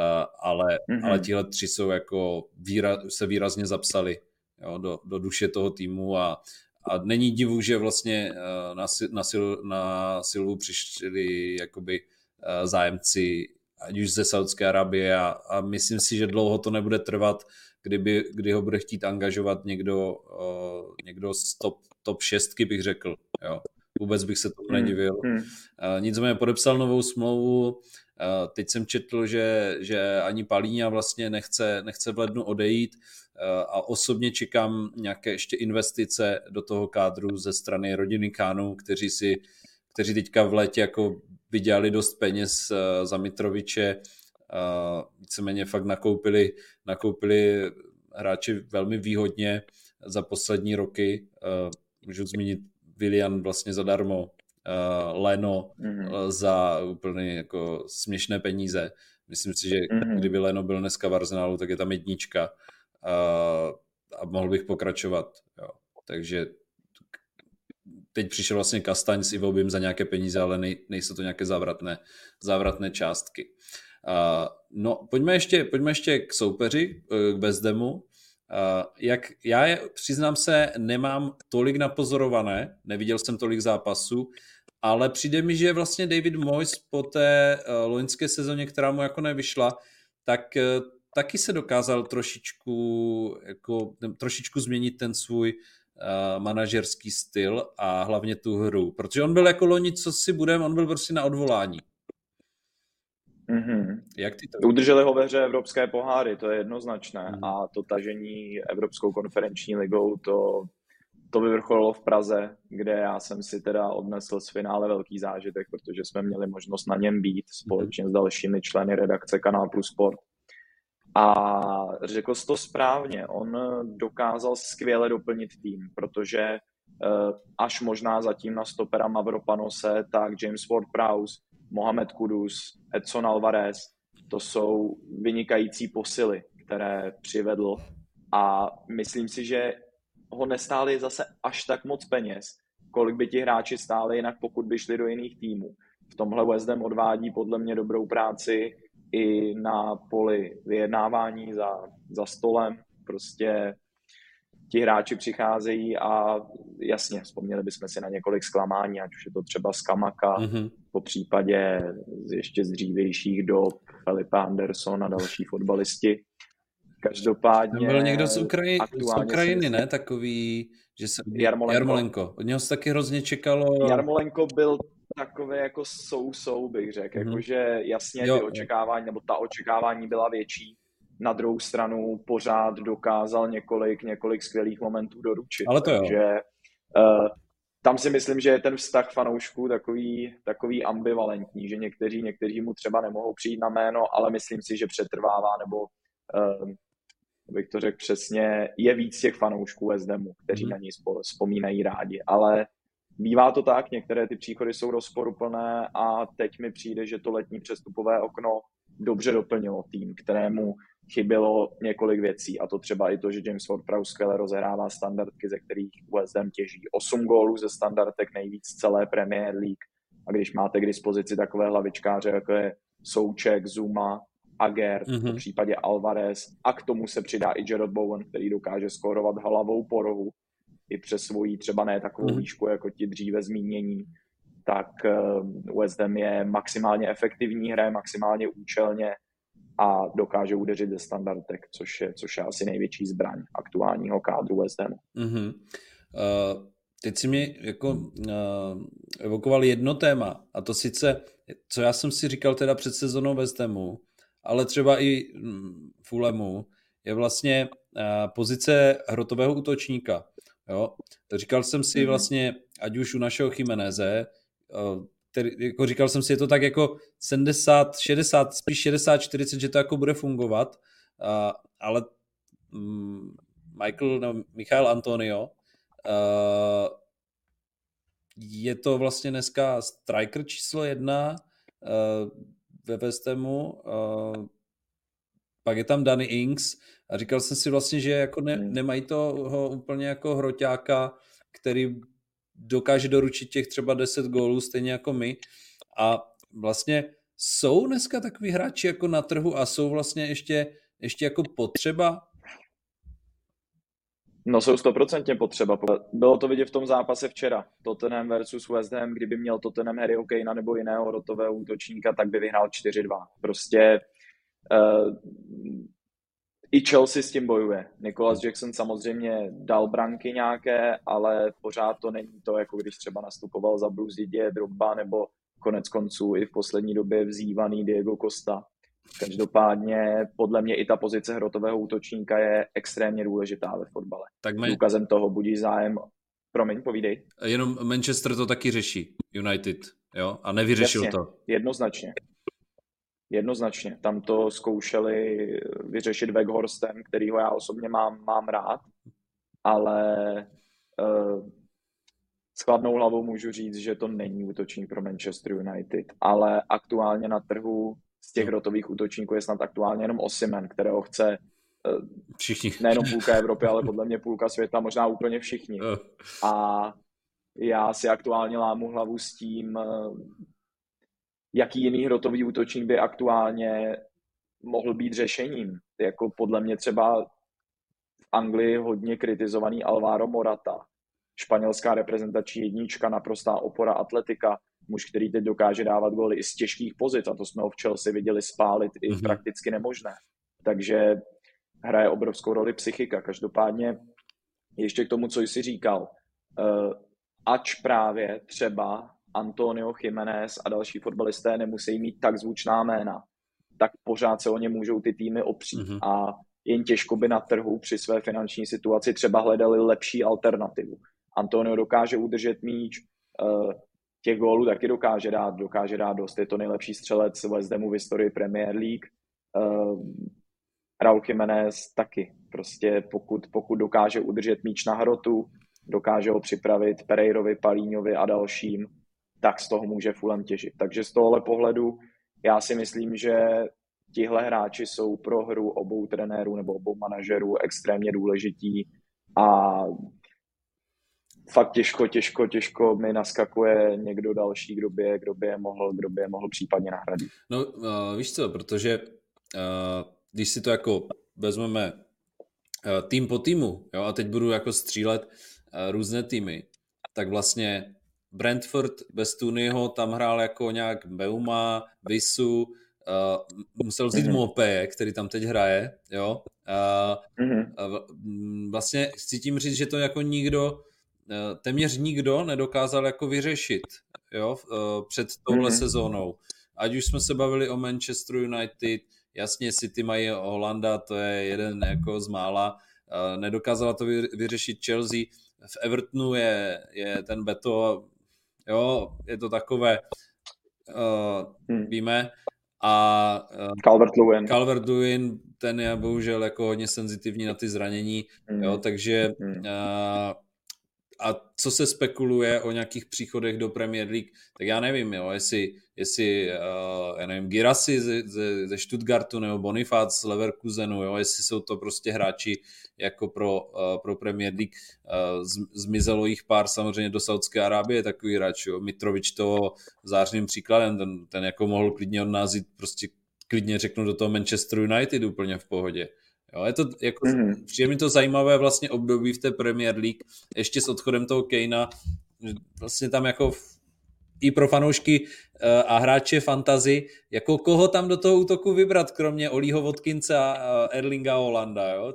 ale, mm-hmm. ale tihle tři jsou jako výra, se výrazně zapsali, jo, do, do duše toho týmu a, a není divu, že vlastně uh, na, na, sil, na Silvu přišli jakoby uh, zájemci ať už ze Saudské Arabie a, a myslím si, že dlouho to nebude trvat, kdyby, kdy ho bude chtít angažovat někdo, uh, někdo z top, top šestky, bych řekl. Jo. Vůbec bych se tomu nedivil. Hmm. Uh, nicméně podepsal novou smlouvu. Uh, teď jsem četl, že, že ani Palíňa vlastně nechce, nechce v lednu odejít uh, a osobně čekám nějaké ještě investice do toho kádru ze strany rodiny Kánů, kteří si, kteří teďka v létě jako vydělali dost peněz uh, za Mitroviče. Uh, víceméně fakt nakoupili, nakoupili hráči velmi výhodně za poslední roky. Uh, můžu zmínit Willian vlastně zadarmo, uh, Leno mm-hmm. za úplně jako směšné peníze. Myslím si, že mm-hmm. kdyby Leno byl dneska v Arsenalu, tak je tam jednička uh, a mohl bych pokračovat. Jo. Takže teď přišel vlastně Kastaň s Ivobim za nějaké peníze, ale nej, nejsou to nějaké závratné, závratné částky. Uh, no, pojďme ještě, pojďme ještě k soupeři, k West Hamu. Uh, jak já je, přiznám se, nemám tolik napozorované, neviděl jsem tolik zápasů, ale přijde mi, že vlastně David Moyes po té uh, loňské sezóně, která mu jako nevyšla, tak uh, taky se dokázal trošičku, jako, trošičku změnit ten svůj uh, manažerský styl a hlavně tu hru, protože on byl jako loni, co si budem, on byl prostě na odvolání. Mm-hmm. Jak ty to... Udrželi ho ve hře evropské poháry, to je jednoznačné. Mm. A to tažení Evropskou konferenční ligou, to, to vyvrcholilo v Praze, kde já jsem si teda odnesl z finále velký zážitek, protože jsme měli možnost na něm být společně mm. s dalšími členy redakce Kanál Plus Sport. A řekl jsi to správně, on dokázal skvěle doplnit tým, protože až možná zatím na stopera Mavropanose, tak James Ward-Prowse, Mohamed Kudus, Edson Alvarez, to jsou vynikající posily, které přivedl a myslím si, že ho nestáli zase až tak moc peněz, kolik by ti hráči stáli jinak, pokud by šli do jiných týmů. V tomhle West Ham odvádí podle mě dobrou práci i na poli vyjednávání za, za stolem, prostě ti hráči přicházejí a jasně, vzpomněli bychom si na několik zklamání, ať už je to třeba z Kamaka, mm-hmm. po případě ještě z dřívějších dob Felipe Anderson a další fotbalisti. Každopádně... Byl někdo z, Ukraji, z Ukrajiny, ne? Takový, že se... Jarmolenko. Jarmolenko. Od něho se taky hrozně čekalo... Jarmolenko byl takový jako sou-sou, bych řekl. Mm-hmm. Jakože jasně jo, ty očekávání, nebo ta očekávání byla větší. Na druhou stranu pořád dokázal několik, několik skvělých momentů doručit. Ale to Takže uh, tam si myslím, že je ten vztah fanoušků takový, takový ambivalentní, že někteří, někteří mu třeba nemohou přijít na jméno, ale myslím si, že přetrvává, nebo uh, bych to řekl přesně, je víc těch fanoušků West Hamu, kteří mm. na něj vzpomínají rádi. Ale bývá to tak, některé ty příchody jsou rozporuplné a teď mi přijde, že to letní přestupové okno dobře doplnilo tým, kterému chybělo několik věcí, a to třeba i to, že James Ward-Prowse skvěle rozehrává standardky, ze kterých West Ham těží. Osm gólů ze standardek, nejvíc celé Premier League. A když máte k dispozici takové hlavičkáře, jako je Souček, Zuma, Aguerd, mm-hmm. v případě Alvarez, a k tomu se přidá i Jarrod Bowen, který dokáže skórovat hlavou po rohu i přes svoji třeba ne takovou mm-hmm. výšku, jako ti dříve zmínění, tak West Ham je maximálně efektivní, hraje maximálně účelně a dokáže udeřit ze standardek, což je, což je asi největší zbraň aktuálního kádru West Hamu. Mm-hmm. Uh, teď si mi jako uh, evokoval jedno téma, a to sice, co já jsem si říkal teda před sezónou West Hamu, ale třeba i Fulhamu, je vlastně uh, pozice hrotového útočníka. Jo? Říkal jsem si mm-hmm. vlastně, ať už u našeho Jimeneze, uh, který, jako říkal jsem si, je to tak jako sedmdesát, šedesát, spíš šedesát čtyřicet, že to jako bude fungovat, uh, ale um, Michael, no, Michail Antonio uh, je to vlastně dneska striker číslo jedna uh, ve West Hamu, uh, pak je tam Danny Ings a říkal jsem si vlastně, že jako ne, nemají toho úplně jako hroťáka, který dokáže doručit těch třeba deset gólů, stejně jako my. A vlastně jsou dneska takový hráči jako na trhu a jsou vlastně ještě, ještě jako potřeba? No jsou stoprocentně potřeba. Bylo to vidět v tom zápase včera. Tottenham versus West Ham, kdyby měl Tottenham Harryho Kanea nebo jiného rotového útočníka, tak by vyhrál čtyři dva. Prostě uh, i Chelsea s tím bojuje. Nicholas Jackson samozřejmě dal branky nějaké, ale pořád to není to, jako když třeba nastupoval za Bruce Didier, Drogba nebo konec konců i v poslední době vzývaný Diego Costa. Každopádně podle mě i ta pozice hrotového útočníka je extrémně důležitá ve fotbale. Tak my... Důkazem toho budí zájem. Promiň, povídej. Jenom Manchester to taky řeší, United, jo? A nevyřešil Jasně, to. Jednoznačně. Jednoznačně. Tam to zkoušeli vyřešit Weghorstem, kterýho já osobně mám, mám rád, ale uh, s chladnou hlavou můžu říct, že to není útočník pro Manchester United, ale aktuálně na trhu z těch rotových útočníků je snad aktuálně jenom Osimhen, kterého chce uh, všichni. Nejenom půlka Evropy, ale podle mě půlka světa, možná úplně všichni. A já si aktuálně lámu hlavu s tím, uh, jaký jiný hrotový útočník by aktuálně mohl být řešením. Jako podle mě třeba v Anglii hodně kritizovaný Alvaro Morata, španělská reprezentační jednička, naprostá opora atletika, muž, který teď dokáže dávat góly i z těžkých pozic, a to jsme ho v Chelsea viděli spálit i mm-hmm. prakticky nemožné. Takže hraje obrovskou roli psychika. Každopádně ještě k tomu, co jsi říkal, uh, ač právě třeba Antonio, Jimenez a další fotbalisté nemusí mít tak zvučná jména, tak pořád se o ně můžou ty týmy opřít. Mm-hmm. A jen těžko by na trhu při své finanční situaci třeba hledali lepší alternativu. Antonio dokáže udržet míč, těch gólů taky dokáže dát, dokáže dát dost. Je to nejlepší střelec West Hamu v historii Premier League. Raúl Jimenez taky. Prostě pokud, pokud dokáže udržet míč na hrotu, dokáže ho připravit Pereirovi, Palíňovi a dalším, tak z toho může Fulham těžit. Takže z tohohle pohledu já si myslím, že tihle hráči jsou pro hru obou trenérů nebo obou manažerů extrémně důležití a fakt těžko, těžko, těžko mi naskakuje někdo další, kdo by je, kdo by je mohl, kdo by je mohl případně nahradit. No uh, víš co, protože uh, když si to jako vezmeme uh, tým po týmu, jo, a teď budu jako střílet uh, různé týmy, tak vlastně Brentford bez Tunyho tam hrál jako nějak Beuma, Visu, uh, musel vzít mm-hmm. Mopé, který tam teď hraje, jo. Uh, mm-hmm. uh, vlastně chci tím říct, že to jako nikdo, uh, téměř nikdo nedokázal jako vyřešit, jo, uh, před touhle mm-hmm. sezónou. Ať už jsme se bavili o Manchester United, jasně City mají Holanda, to je jeden jako z mála, uh, nedokázala to vyřešit Chelsea, v Evertonu je, je ten Beto, jo, je to takové, uh, hmm. víme, a uh, Calvert-Lewin. Calvert-Lewin, ten je bohužel jako hodně senzitivní na ty zranění, hmm. jo, takže hmm. uh, a co se spekuluje o nějakých příchodech do Premier League, tak já nevím, jo, jestli, jestli uh, já nevím, Girassi ze, ze, ze Stuttgartu nebo Bonifác z Leverkusenu, jo, jestli jsou to prostě hráči jako pro, uh, pro Premier League. Uh, z, zmizelo jich pár samozřejmě do Saudské Arábie, takový hráč, jo. Mitrovič to zářným příkladem, ten, ten jako mohl klidně od nás jít, prostě klidně řeknu do toho Manchester United úplně v pohodě. Jo, je to jako, mm-hmm. přijde mi to zajímavé vlastně období v té Premier League, ještě s odchodem toho Kanea, vlastně tam jako i pro fanoušky a hráče fantasy, jako koho tam do toho útoku vybrat, kromě Olího Watkinse a Erlinga Holanda, jo?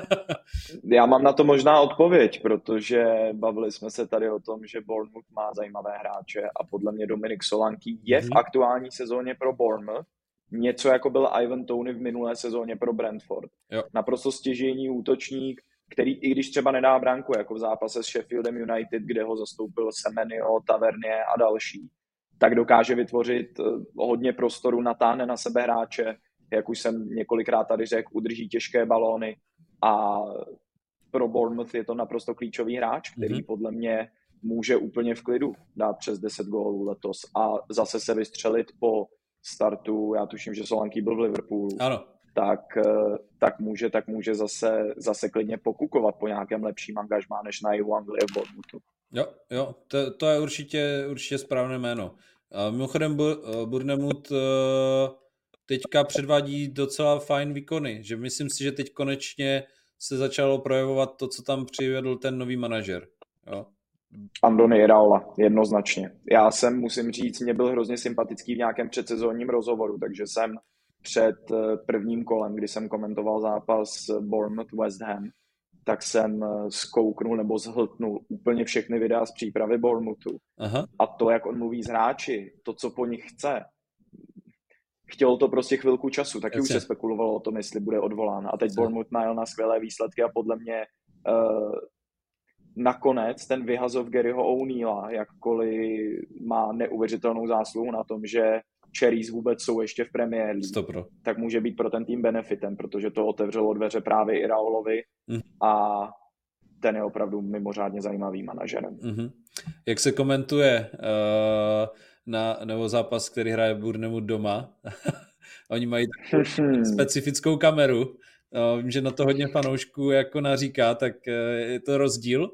Já mám na to možná odpověď, protože bavili jsme se tady o tom, že Bournemouth má zajímavé hráče a podle mě Dominik Solanke je v aktuální sezóně pro Bournemouth něco jako byl Ivan Toney v minulé sezóně pro Brentford. Jo. Naprosto stěžejní útočník, který i když třeba nedá branku, jako v zápase s Sheffieldem United, kde ho zastoupil Semenyo, Tavernier a další, tak dokáže vytvořit hodně prostoru, natáhne na sebe hráče, jak už jsem několikrát tady řekl, udrží těžké balóny a pro Bournemouth je to naprosto klíčový hráč, který mm-hmm. podle mě může úplně v klidu dát přes deset gólů letos a zase se vystřelit po startu, já tuším, že Solanke byl v Liverpoolu, ano. Tak, tak může, tak může zase, zase klidně pokukovat po nějakém lepším angažmá než na jihu Anglie v Bournemouthu. Jo, jo, to, to je určitě, určitě správné jméno. A mimochodem Bournemouth teďka předvádí docela fajn výkony, že myslím si, že teď konečně se začalo projevovat to, co tam přivedl ten nový manažer. Jo. Andoni Iraola, jednoznačně. Já jsem, musím říct, mě byl hrozně sympatický v nějakém předsezónním rozhovoru, takže jsem před prvním kolem, kdy jsem komentoval zápas Bournemouth West Ham, tak jsem zkouknul nebo zhltnul úplně všechny videa z přípravy Bournemouthu. Aha. A to, jak on mluví s hráči, to, co po nich chce, chtělo to prostě chvilku času, taky už se spekulovalo o tom, jestli bude odvolán. A teď Jasně. Bournemouth najel na skvělé výsledky a podle mě uh, nakonec ten vyhazov Garyho O'Neilla, jakkoliv má neuvěřitelnou zásluhu na tom, že Cherries vůbec jsou ještě v Premier League, tak může být pro ten tým benefitem, protože to otevřelo dveře právě Iraolovi mm. a ten je opravdu mimořádně zajímavým manažerem. Mm-hmm. Jak se komentuje uh, na nebo zápas, který hraje Bournemouth doma? Oni mají specifickou kameru. Uh, vím, že na to hodně fanoušků jako naříká, tak uh, je to rozdíl?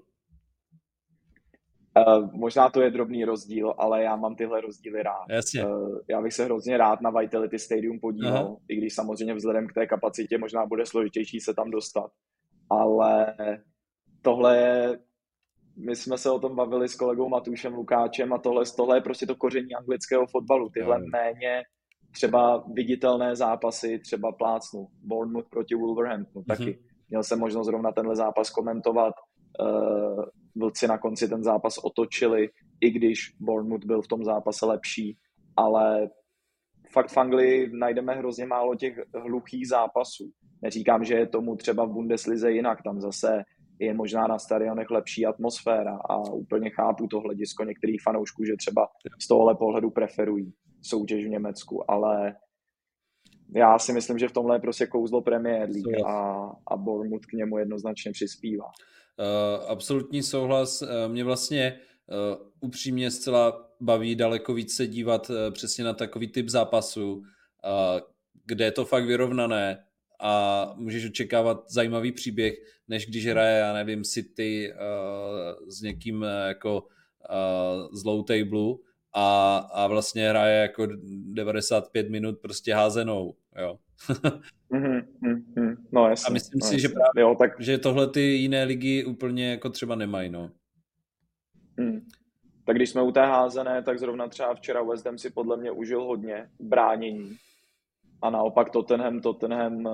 Uh, možná to je drobný rozdíl, ale já mám tyhle rozdíly rád. Jasně. Uh, já bych se hrozně rád na Vitality Stadium podíval, Aha. i když samozřejmě vzhledem k té kapacitě možná bude složitější se tam dostat. Ale tohle je, my jsme se o tom bavili s kolegou Matušem Lukáčem a tohle, tohle je prostě to koření anglického fotbalu. Tyhle hmm. méně třeba viditelné zápasy, třeba plácnu, Bournemouth proti Wolverhamptonu, taky. Hmm. Měl jsem možnost zrovna tenhle zápas komentovat. Uh, Vlci na konci ten zápas otočili, i když Bournemouth byl v tom zápase lepší, ale fakt v Anglii najdeme hrozně málo těch hluchých zápasů. Neříkám, že je tomu třeba v Bundeslize jinak, tam zase je možná na stadionech lepší atmosféra a úplně chápu to hledisko některých fanoušků, že třeba z tohohle pohledu preferují soutěž v Německu, ale já si myslím, že v tomhle je prostě kouzlo Premier League a, a Bournemouth k němu jednoznačně přispívá. Uh, absolutní souhlas. Uh, mě vlastně uh, upřímně zcela baví daleko víc se dívat uh, přesně na takový typ zápasu, uh, kde je to fakt vyrovnané a můžeš očekávat zajímavý příběh, než když hraje, já nevím, City uh, s někým uh, jako uh, z low table a, a vlastně hraje jako devadesát pět minut prostě házenou, jo. mm-hmm, mm-hmm. No jasně. A myslím no si, jasně. že právě, jo, tak... že tohle ty jiné ligy úplně jako třeba nemají, no. Hmm. Tak když jsme u té házené, tak zrovna třeba včera West Ham si podle mě užil hodně bránění. A naopak Tottenham, Tottenham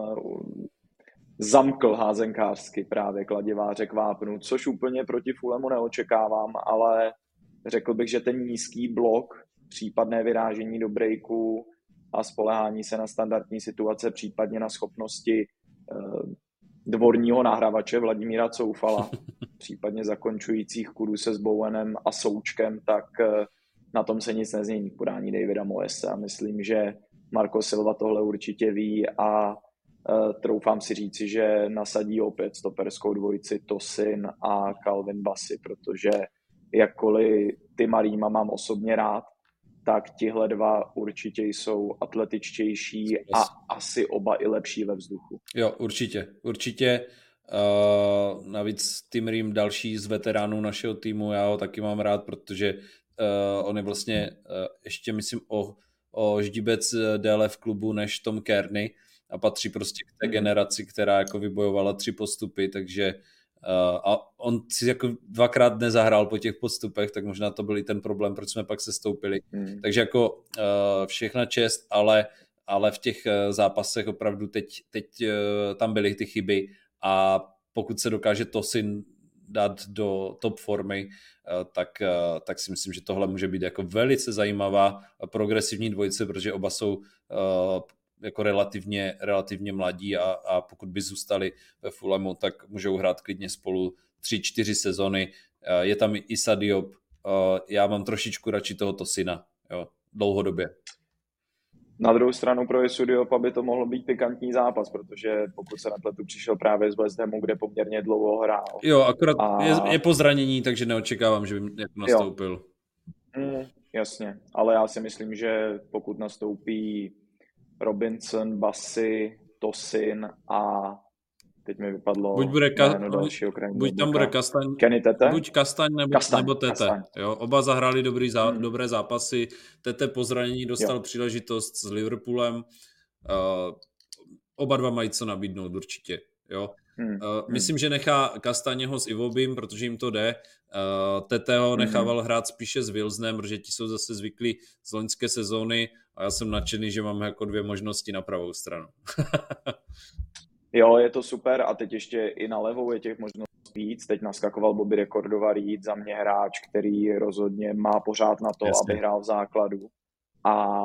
zamkl házenkářsky právě kladiváře k vápnu, což úplně proti Fulhamu neočekávám, ale řekl bych, že ten nízký blok, případné vyrážení do breaku a spolehání se na standardní situace, případně na schopnosti dvorního nahrávače Vladimíra Coufala, případně zakončujících Kuduse s Bowenem a Součkem, tak na tom se nic nezmění v podání Davida Moyese a myslím, že Marco Silva tohle určitě ví a uh, troufám si říci, že nasadí opět stoperskou dvojici Tosin a Calvin Bassey, protože jakkoliv ty Marima mám osobně rád, tak tihle dva určitě jsou atletičtější yes. a asi oba i lepší ve vzduchu. Jo, určitě, určitě. Uh, navíc Tim Ream, další z veteránů našeho týmu, já ho taky mám rád, protože uh, on je vlastně uh, ještě myslím o, o ždíbec déle v klubu než Tom Kearney a patří prostě k té generaci, která jako vybojovala tři postupy, takže a on si jako dvakrát nezahrál po těch postupech, tak možná to byl i ten problém, proč jsme pak sestoupili. Hmm. Takže jako všechna čest, ale, ale v těch zápasech opravdu teď, teď tam byly ty chyby a pokud se dokáže Tosin dát do top formy, tak, tak si myslím, že tohle může být jako velice zajímavá progresivní dvojice, protože oba jsou jako relativně, relativně mladí a, a pokud by zůstali ve Fulhamu, tak můžou hrát klidně spolu tři, čtyři sezony. Je tam i Issa Diop. Já mám trošičku radši tohoto syna, jo, dlouhodobě. Na druhou stranu pro Issu Diopa by to mohlo být pikantní zápas, protože pokud se nepletu, přišel právě z West Hamu, kde poměrně dlouho hrál. Jo, akorát a... je, je po zranění, takže neočekávám, že by jako nastoupil. Mm, jasně, ale já si myslím, že pokud nastoupí Robinson, Bassey, Tosin a teď mi vypadlo buď, bude ka- dalšího buď tam bude Kastaň, Kenny Tete? buď Kastaň nebo, Kastaň, nebo Tete. Kastaň. Jo, oba zahráli dobrý zá, hmm. dobré zápasy. Tete po zranění dostal jo. příležitost s Liverpoolem. Uh, oba dva mají co nabídnout určitě. Jo. Hmm. Uh, myslím, hmm. že nechá Kastaněho s Iwobim, protože jim to jde. Uh, Teteho hmm. nechával hrát spíše s Wilsonem, protože ti jsou zase zvyklí z loňské sezóny a já jsem nadšený, že máme jako dvě možnosti na pravou stranu. Jo, je to super a teď ještě i na levou je těch možností víc. Teď naskakoval Bobby de Cordova Reid, za mě hráč, který rozhodně má pořád na to, Jasně. aby hrál v základu. A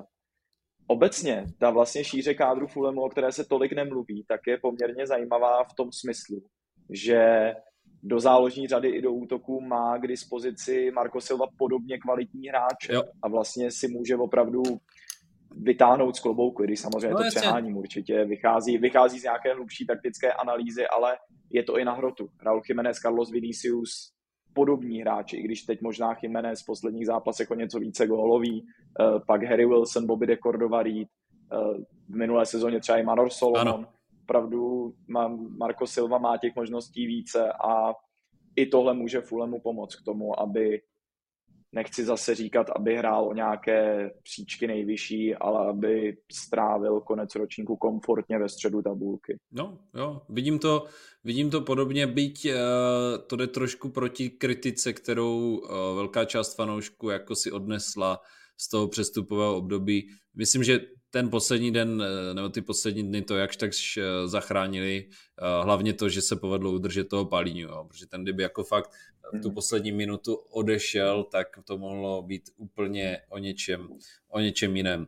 obecně ta vlastně šíře kádru Fulhamu, o které se tolik nemluví, tak je poměrně zajímavá v tom smyslu, že do záložní řady i do útoku má k dispozici Marco Silva podobně kvalitní hráče jo. a vlastně si může opravdu vytáhnout z klobouku, když samozřejmě no, to přeháním určitě, vychází, vychází z nějaké hlubší taktické analýzy, ale je to i na hrotu. Raúl Jiménez, Carlos Vinicius, podobní hráči, i když teď možná Jiménez v posledních zápasech o něco více gólový, uh, pak Harry Wilson, Bobby de Cordova Reid, uh, v minulé sezóně třeba i Manor Solomon. Opravdu má, Marco Silva má těch možností více a i tohle může Fulhamu pomoct k tomu, aby nechci zase říkat, aby hrál o nějaké příčky nejvyšší, ale aby strávil konec ročníku komfortně ve středu tabulky. No, jo, vidím to, vidím to podobně, byť uh, to jde trošku proti kritice, kterou uh, velká část fanoušků jako si odnesla z toho přestupového období. Myslím, že ten poslední den, nebo ty poslední dny to jakž tak zachránili. Hlavně to, že se povedlo udržet toho Palíňu, jo. Protože ten kdyby jako fakt v tu poslední minutu odešel, tak to mohlo být úplně o něčem, o něčem jiném.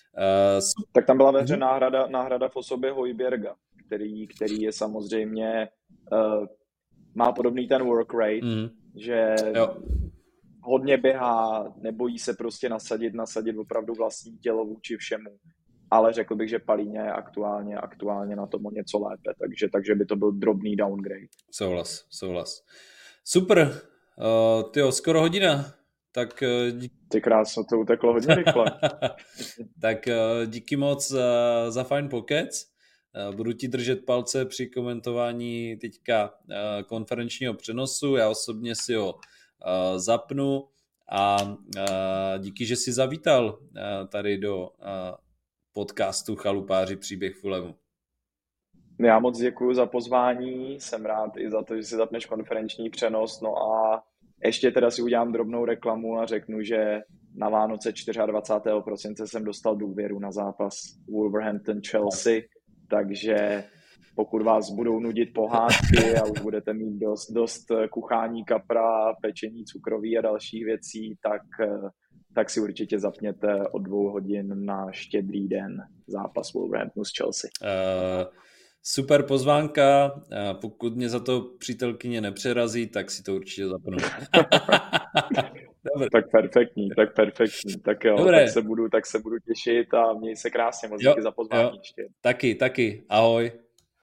Uh, tak tam byla ve hře náhrada, náhrada v osobě Hojbjerga, který, který je samozřejmě uh, má podobný ten work rate, mm. že jo. hodně běhá, nebojí se prostě nasadit, nasadit opravdu vlastní tělo vůči všemu. Ale řekl bych, že Palíně je aktuálně, aktuálně na tom o něco lépe, takže, takže by to byl drobný downgrade. Souhlas, souhlas. Super, uh, tyjo, skoro hodina. Tak, uh, díky... Ty krásno, to uteklo hodně rychle. Tak uh, díky moc za, za fajn pokec. Uh, budu ti držet palce při komentování teďka uh, konferenčního přenosu. Já osobně si ho uh, zapnu a uh, díky, že jsi zavítal uh, tady do uh, podcastu Chalupáři příběh Fulhamu. Já moc děkuji za pozvání, jsem rád i za to, že si zapneš konferenční přenos, no a ještě teda si udělám drobnou reklamu a řeknu, že na Vánoce dvacátého čtvrtého prosince jsem dostal důvěru na zápas Wolverhampton-Chelsea, takže pokud vás budou nudit pohádky a už budete mít dost, dost kuchání kapra, pečení cukroví a dalších věcí, tak, tak si určitě zapněte od dvou hodin na Štědrý den zápas Wolverhamptonu s Chelsea. Uh... Super pozvánka, pokud mě za to přítelkyně nepřerazí, tak si to určitě zapnu. Tak perfektní, tak perfektní. Tak jo, tak se, budu, tak se budu těšit a měj se krásně, moc díky za pozvání. Taky, taky. Ahoj.